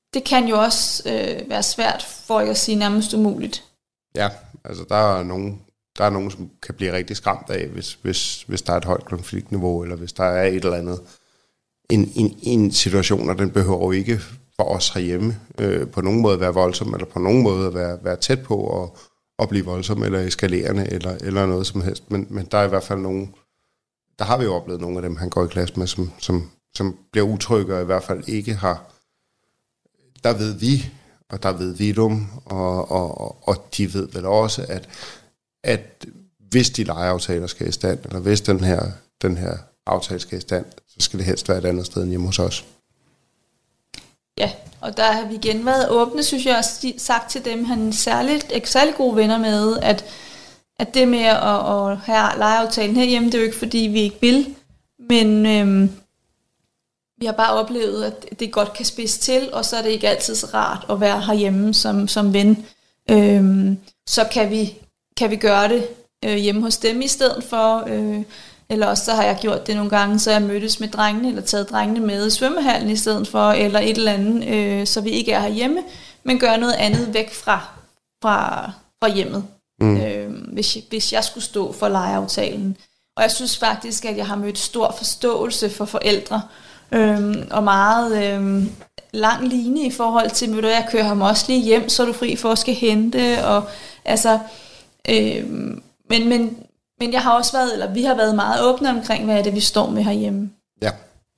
det kan jo også øh, være svært, for ikke at sige nærmest umuligt. Ja, altså der er nogen, der er nogen, som kan blive rigtig skræmt af, hvis, hvis, hvis der er et højt konfliktniveau, eller hvis der er et eller andet. En, en, en situation, og den behøver jo ikke for os herhjemme øh, på nogen måde at være voldsom, eller på nogen måde at være, være tæt på at, at blive voldsom, eller eskalerende, eller, eller noget som helst. Men, men der er i hvert fald nogen, der har vi jo oplevet nogle af dem, han går i klasse med, som, som, som bliver utrygge, og i hvert fald ikke har, der ved vi, og der ved Vidum, og, og, og de ved vel også, at, at hvis de lejeaftaler skal i stand, eller hvis den her, den her aftale skal i stand, så skal det helst være et andet sted end hjemme hos os. Ja, og der har vi igen været åbne, synes jeg også, sagt til dem, han er særligt, ikke særlig gode venner med, at, at det med at, at have lejeaftalen herhjemme, det er jo ikke fordi, vi ikke vil, men øhm, vi har bare oplevet, at det godt kan spidse til, og så er det ikke altid så rart at være herhjemme som, som ven. Øhm, så kan vi, kan vi gøre det øh, hjemme hos dem i stedet for, øh, eller også så har jeg gjort det nogle gange, så jeg mødtes med drengene, eller taget drengene med i svømmehallen i stedet for, eller et eller andet, øh, så vi ikke er herhjemme, men gør noget andet væk fra, fra, fra hjemmet, mm. øh, hvis, hvis jeg skulle stå for lejeaftalen. Og jeg synes faktisk, at jeg har mødt stor forståelse for forældre, Øhm, og meget øhm, lang line i forhold til, at jeg kører ham også lige hjem, så er du fri for at skal hente, og altså, øhm, men, men, men jeg har også været, eller vi har været meget åbne omkring, hvad er det, vi står med herhjemme. Ja.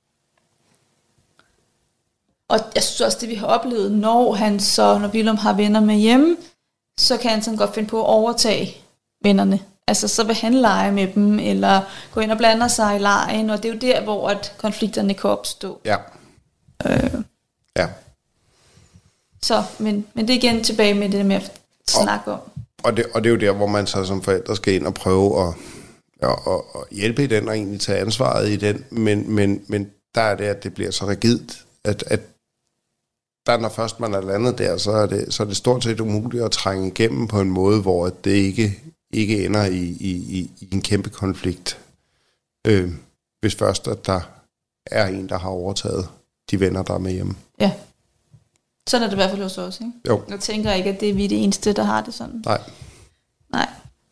Og jeg synes også, det vi har oplevet, når han så, når Willum har venner med hjemme, så kan han sådan godt finde på at overtage vennerne. Altså, så vil han lege med dem, eller gå ind og blande sig i lejen, og det er jo der, hvor at konflikterne kan opstå. Ja. Øh. Ja. Så, men, men det er igen tilbage med det med at snakke om. Og det, og det er jo der, hvor man så som forældre skal ind og prøve at, at, at, at hjælpe i den, og egentlig tage ansvaret i den, men, men, men der er det, at det bliver så rigidt, at, at der, når først man er landet der, så er, det, så er det stort set umuligt at trænge igennem på en måde, hvor det ikke... ikke ender i, i, i en kæmpe konflikt, øh, hvis først, at der er en, der har overtaget de venner, der er med hjemme. Ja. Sådan er det i hvert fald hos os, ikke? Jo. Jeg tænker ikke, at det er vi det eneste, der har det sådan. Nej. Nej.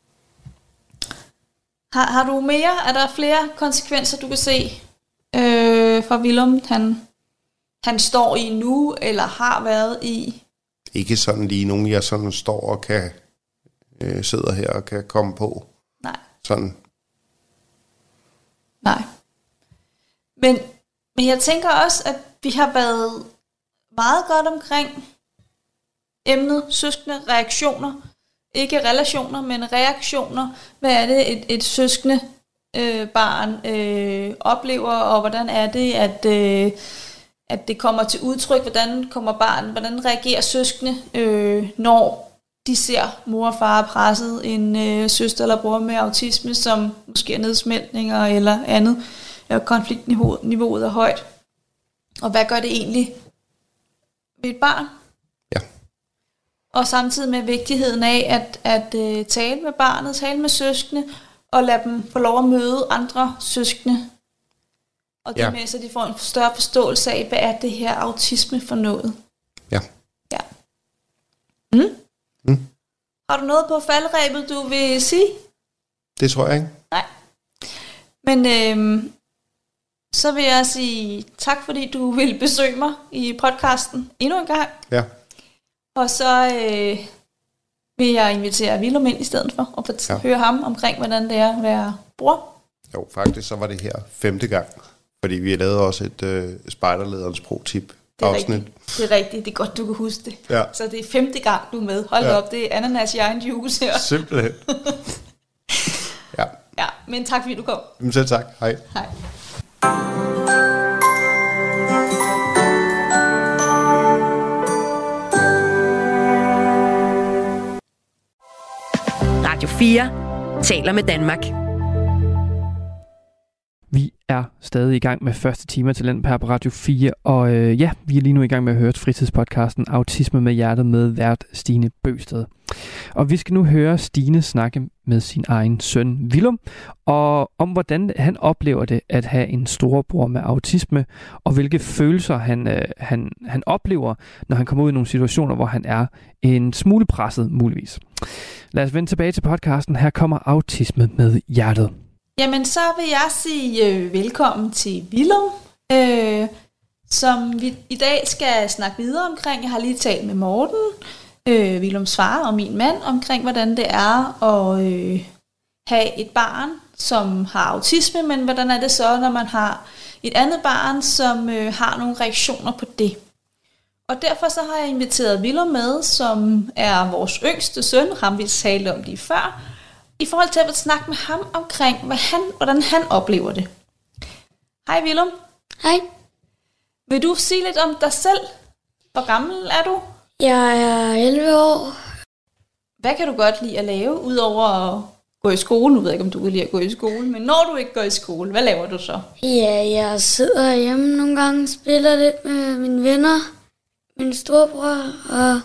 Har, har du mere? Er der flere konsekvenser, du kan se øh, for Willum, han, han står i nu, eller har været i? Ikke sådan lige nogen, jeg sådan står og kan øh, sidder her og kan komme på. Nej. Sådan. Nej. Men, men jeg tænker også, at vi har været meget godt omkring emnet søskende reaktioner. Ikke relationer, men reaktioner. Hvad er det, et, et søskende øh, barn øh, oplever, og hvordan er det, at, øh, at det kommer til udtryk? Hvordan kommer barnet, hvordan reagerer søskende, øh, når de ser mor og far presset en øh, søster eller bror med autisme, som måske er nedsmeltninger eller andet. Øh, konfliktniveauet er højt. Og hvad gør det egentlig ved et barn? Ja. Og samtidig med vigtigheden af at, at øh, tale med barnet, tale med søskende, og lade dem få lov at møde andre søskende. Og det ja. med, så de får en større forståelse af, hvad er det her autisme for noget. Ja. Ja. Mm? Mm. Har du noget på faldrebet, du vil sige? Det tror jeg ikke. Nej. Men øhm, så vil jeg sige tak, fordi du vil besøge mig i podcasten endnu en gang. Ja. Og så øh, vil jeg invitere Willum ind i stedet for, og ja. høre ham omkring, hvordan det er at være bror. Jo, faktisk så var det her femte gang, fordi vi lavede også et øh, spejderlederens pro-tip. Det er, rigtigt. det er rigtigt, det er godt, du kan huske det. Ja. Så det er femte gang, du er med. Hold ja. op, det er ananas i egen juice her. Simpelthen. ja. Ja, men tak fordi du kom. Jamen selv tak. Hej. Hej. Radio fire taler med Danmark. Vi er stadig i gang med første time til Talent her på Radio fire, og øh, ja, vi er lige nu i gang med at høre fritidspodcasten Autisme med hjertet med vært Stine Bøgsted. Og vi skal nu høre Stine snakke med sin egen søn Willum, og om hvordan han oplever det at have en storebror med autisme, og hvilke følelser han, øh, han, han oplever, når han kommer ud i nogle situationer, hvor han er en smule presset muligvis. Lad os vende tilbage til podcasten. Her kommer Autisme med hjertet. Jamen, så vil jeg sige øh, velkommen til Willum, øh, som vi i dag skal snakke videre omkring. Jeg har lige talt med Morten, øh, Willums far og min mand, omkring hvordan det er at øh, have et barn, som har autisme, men hvordan er det så, når man har et andet barn, som øh, har nogle reaktioner på det. Og derfor så har jeg inviteret Willum med, som er vores yngste søn, ham vi talte om lige før, i forhold til at snakke med ham omkring, hvad han, hvordan han oplever det. Hej Willum. Hej. Vil du sige lidt om dig selv? Hvor gammel er du? Jeg er elleve år. Hvad kan du godt lide at lave, udover at gå i skole? Nu ved jeg ikke, om du kan lide at gå i skole, men når du ikke går i skole, hvad laver du så? Ja, jeg sidder hjemme nogle gange, spiller lidt med mine venner, min storebror, og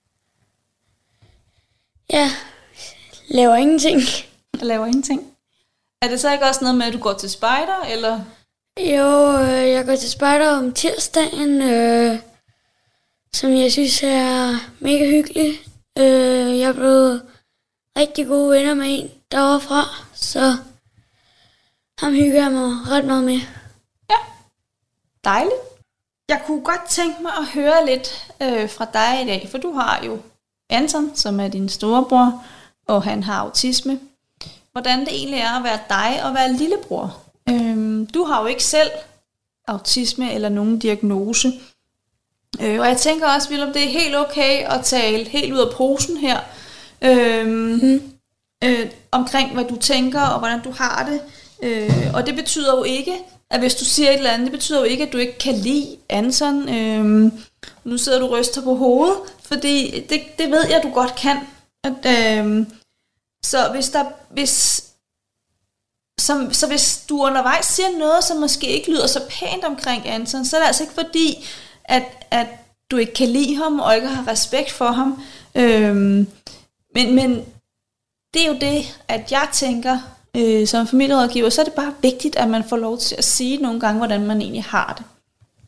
ja, laver ingenting. Jeg laver ingenting. Er det så ikke også noget med, at du går til spejder, eller? Jo, øh, jeg går til spejder om tirsdagen, øh, som jeg synes er mega hyggelig. Øh, jeg er blevet rigtig gode venner med en derovre fra, så ham hygger jeg mig ret meget med. Ja, dejligt. Jeg kunne godt tænke mig at høre lidt øh, fra dig i dag, for du har jo Anton, som er din storebror, og han har autisme. Hvordan det egentlig er at være dig og være lillebror. Øhm, du har jo ikke selv autisme eller nogen diagnose. Øh, og jeg tænker også, Willum, det er helt okay at tale helt ud af posen her. Øhm, mm. øh, omkring hvad du tænker og hvordan du har det. Øh, og det betyder jo ikke, at hvis du siger et eller andet, det betyder jo ikke, at du ikke kan lide Anton. Øh, nu sidder du og ryster på hovedet, fordi det, det ved jeg, du godt kan. At, øh, så hvis der hvis som, så hvis du undervejs siger noget, som måske ikke lyder så pænt omkring Anton, så er det altså ikke fordi, at, at du ikke kan lide ham og ikke har respekt for ham. Øh, men, men det er jo det, at jeg tænker, øh, som familierådgiver, så er det bare vigtigt, at man får lov til at sige nogle gange, hvordan man egentlig har det.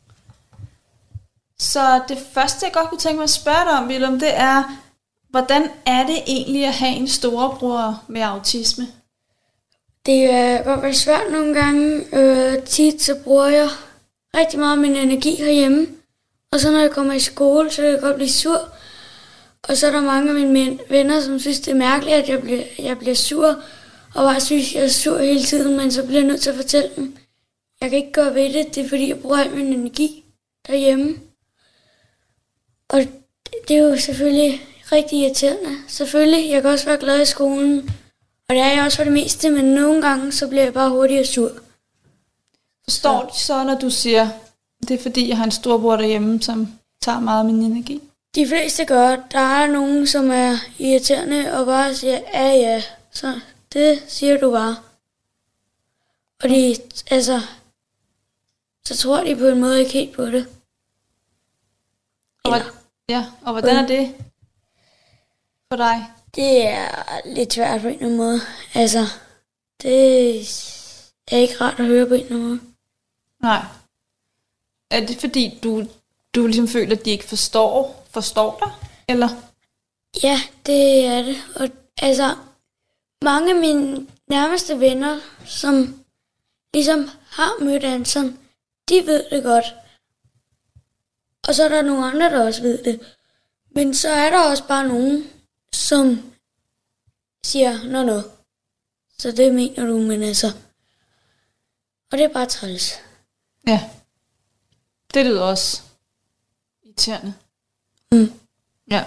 Så det første, jeg godt kunne tænke mig at spørge dig om, Willum, det er, hvordan er det egentlig at have en storebror med autisme? Det er godt være svært nogle gange. Øh, tit så bruger jeg rigtig meget af min energi herhjemme. Og så når jeg kommer i skole, så kan jeg godt blive sur. Og så er der mange af mine venner, som synes, det er mærkeligt, at jeg bliver, jeg bliver sur. Og bare synes, jeg er sur hele tiden, men så bliver jeg nødt til at fortælle dem. Jeg kan ikke gøre ved det, det er fordi, jeg bruger al min energi derhjemme. Og det er jo selvfølgelig rigtig irriterende. Selvfølgelig, jeg kan også være glad i skolen. Og det er jeg også for det meste, men nogle gange, så bliver jeg bare hurtigere sur. Forstår du så, når du siger, det er fordi, jeg har en storbror derhjemme, som tager meget af min energi? De fleste gør. Der er nogen, som er irriterende og bare siger, ja ja, så det siger du bare. Og de, altså, så tror de på en måde ikke helt på det. Og, hvad, ja, og hvordan er det for dig? Det er lidt svært på en eller anden måde. Altså, det er ikke rart at høre på en eller anden måde. Nej. Er det fordi, du, du ligesom føler, at de ikke forstår, forstår dig? Eller? Ja, det er det. Og altså, mange af mine nærmeste venner, som ligesom har mødt Anton, de ved det godt. Og så er der nogle andre, der også ved det. Men så er der også bare nogen, som siger, nå nå. Så det mener du, men altså. Og det er bare træls. Ja. Det lyder også irriterende. Mm. Ja.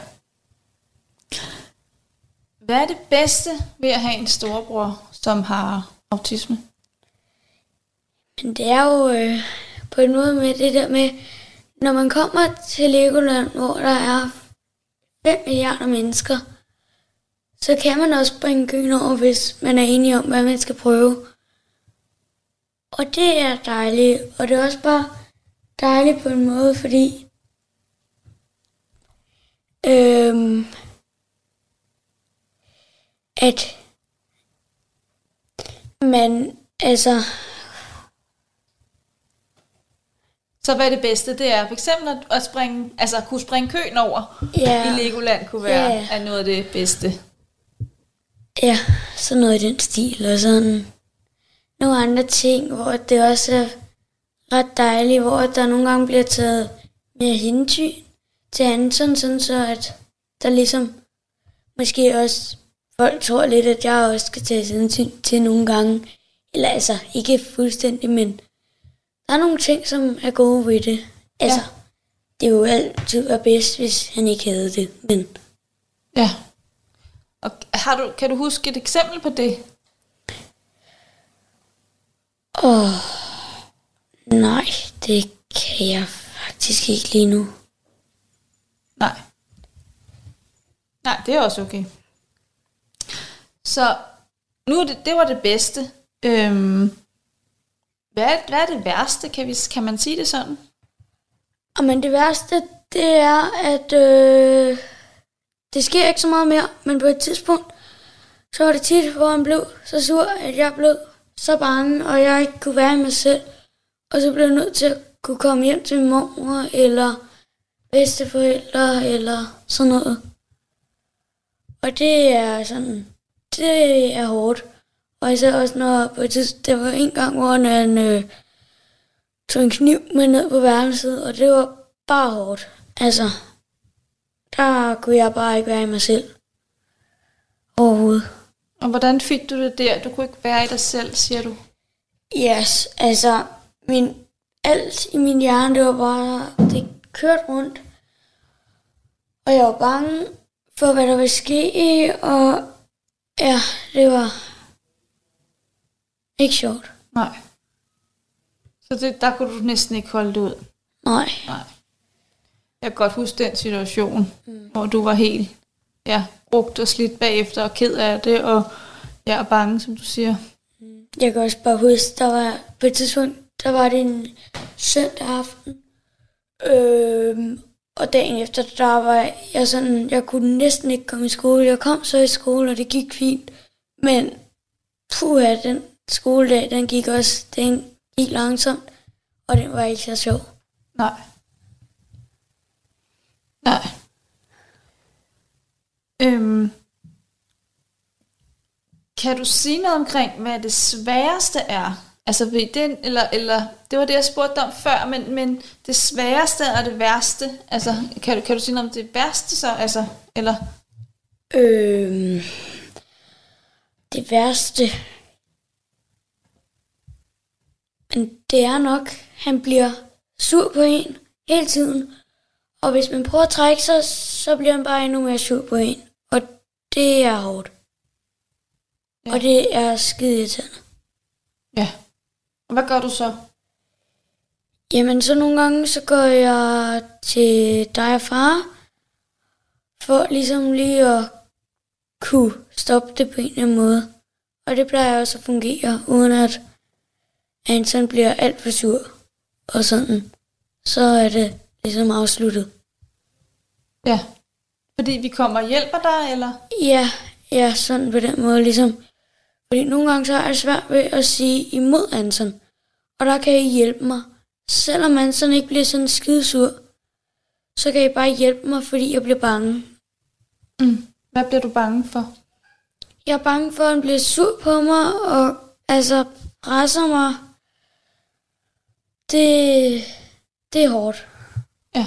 Hvad er det bedste ved at have en storebror, som har autisme? Men det er jo øh, på en måde med det der med, når man kommer til Legoland, hvor der er fem milliarder mennesker, så kan man også bringe køen over, hvis man er enige om, hvad man skal prøve. Og det er dejligt, og det er også bare dejligt på en måde, fordi øhm, at man, altså... Så hvad er det bedste? Det er for eksempel at, at springe, altså kunne springe køen over ja, i Legoland kunne være ja, er noget af det bedste. Ja, sådan noget i den stil, og sådan nogle andre ting, hvor det også er ret dejligt, hvor der nogle gange bliver taget mere hensyn til anden, sådan, sådan så at der ligesom måske også folk tror lidt, at jeg også skal tage hensyn til nogle gange, eller altså ikke fuldstændig, men der er nogle ting, som er gode ved det. Altså, ja. Det er jo altid være bedst, hvis han ikke havde det, men... Ja. Og har du, kan du huske et eksempel på det? Åh, oh, nej, det kan jeg faktisk ikke lige nu. Nej. Nej, det er også okay. Så nu det, det var det bedste. Øhm, hvad, hvad er det værste? Kan, vi, kan man sige det sådan? Men det værste, det er, at øh, det sker ikke så meget mere, men på et tidspunkt, så var det tit, hvor han blev så sur, at jeg blev så bange, og jeg ikke kunne være i mig selv. Og så blev jeg nødt til at kunne komme hjem til min mor, eller bedsteforældre, eller sådan noget. Og det er sådan, det er hårdt. Og især også når, på et tidspunkt, der var en gang, hvor han øh, tog en kniv med ned på værelset, og det var bare hårdt. Altså, der kunne jeg bare ikke være i mig selv. Overhovedet. Og hvordan fik du det der? Du kunne ikke være i dig selv, siger du? Yes, altså, min, alt i min hjerne, det var bare, det kørte rundt. Og jeg var bange for, hvad der ville ske, og ja, det var ikke sjovt. Nej. Så det, der kunne du næsten ikke holde det ud? Nej. Nej. Jeg kan godt huske den situation, mm. hvor du var helt ja, brugt og slidt bagefter og ked af det, og jeg er bange, som du siger. Jeg kan også bare huske, der var på et tidspunkt, der var det en søndag aften, øhm, og dagen efter, der var jeg sådan, jeg kunne næsten ikke komme i skole. Jeg kom så i skole, og det gik fint, men puha, den skoledag, den gik også, den gik langsomt, og den var ikke så sjov. Nej. Nej. Øhm. Kan du sige noget omkring, hvad det sværeste er? Altså, ved den, eller, eller, det var det, jeg spurgte dig om før, men, men det sværeste og det værste, altså, kan du, kan du sige noget om det værste så, altså, eller? Øhm, det værste, men det er nok, han bliver sur på en hele tiden, og hvis man prøver at trække sig, så bliver han bare endnu mere sur på en, og det er hårdt. Ja. Og det er skide irriterende. Ja. Og hvad gør du så? Jamen, så nogle gange, så går jeg til dig og far, for ligesom lige at kunne stoppe det på en eller anden måde. Og det plejer også at fungere, uden at han sådan bliver alt for sur. Og sådan, så er det ligesom afsluttet. Ja. Fordi vi kommer og hjælper dig, eller? Ja, ja, sådan på den måde ligesom. Fordi nogle gange så er det svært ved at sige imod Anton. Og der kan I hjælpe mig. Selvom Anton ikke bliver sådan skidesur, så kan I bare hjælpe mig, fordi jeg bliver bange. Mm. Hvad bliver du bange for? Jeg er bange for, at han bliver sur på mig, og altså presser mig. Det, det er hårdt. Ja.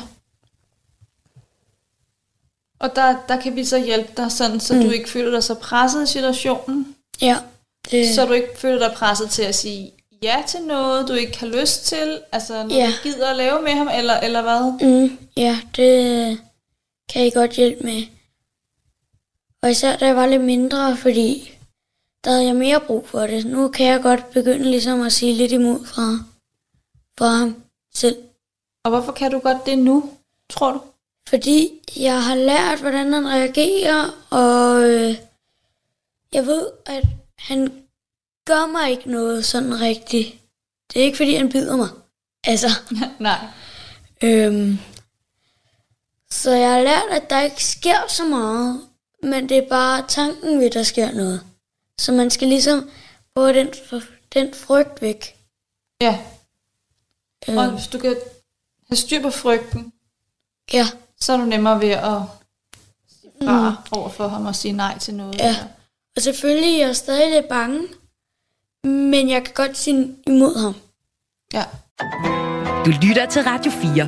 Og der, der kan vi så hjælpe dig, sådan, så mm. du ikke føler dig så presset i situationen. Ja. Det... Så du ikke føler dig presset til at sige ja til noget, du ikke har lyst til, altså når ja. du gider at lave med ham, eller, eller hvad? Mm, ja, det kan I godt hjælpe med. Og især da jeg var lidt mindre, fordi der havde jeg mere brug for det. Nu kan jeg godt begynde ligesom at sige lidt imod fra, fra ham selv. Og hvorfor kan du godt det nu, tror du? Fordi jeg har lært, hvordan han reagerer, og øh, jeg ved, at han gør mig ikke noget sådan rigtigt. Det er ikke, fordi han bider mig. Altså. Nej. Øhm, så jeg har lært, at der ikke sker så meget, men det er bare tanken ved, at der sker noget. Så man skal ligesom få den, den frygt væk. Ja. Øhm, Og hvis du kan have styr på frygten, ja. så er du nemmere ved at sige fra mm. over for ham og sige nej til noget. Ja. Eller? Og selvfølgelig er jeg stadig lidt bange, men jeg kan godt sige imod ham. Ja. Du lytter til Radio fire.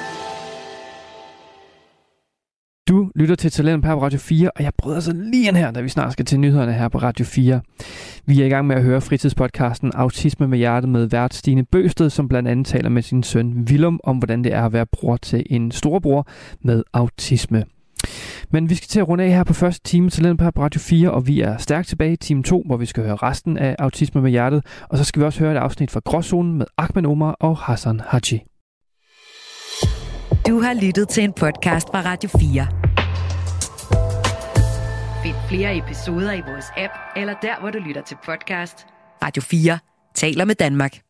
Du lytter til Talent på Radio fire, og jeg bryder altså lige ind her, da vi snart skal til nyhederne her på Radio fire. Vi er i gang med at høre fritidspodcasten Autisme med hjertet med vært Stine Bøsted, som blandt andet taler med sin søn Willum om, hvordan det er at være bror til en storebror med autisme. Men vi skal til at runde af her på første time Talent på Radio fire, og vi er stærkt tilbage i time to, hvor vi skal høre resten af Autisme med hjertet. Og så skal vi også høre et afsnit fra Gråzonen med Ahmed Omar og Hassan Haji. Du har lyttet til en podcast fra Radio fire. Find flere episoder i vores app, eller der, hvor du lytter til podcast. Radio fire taler med Danmark.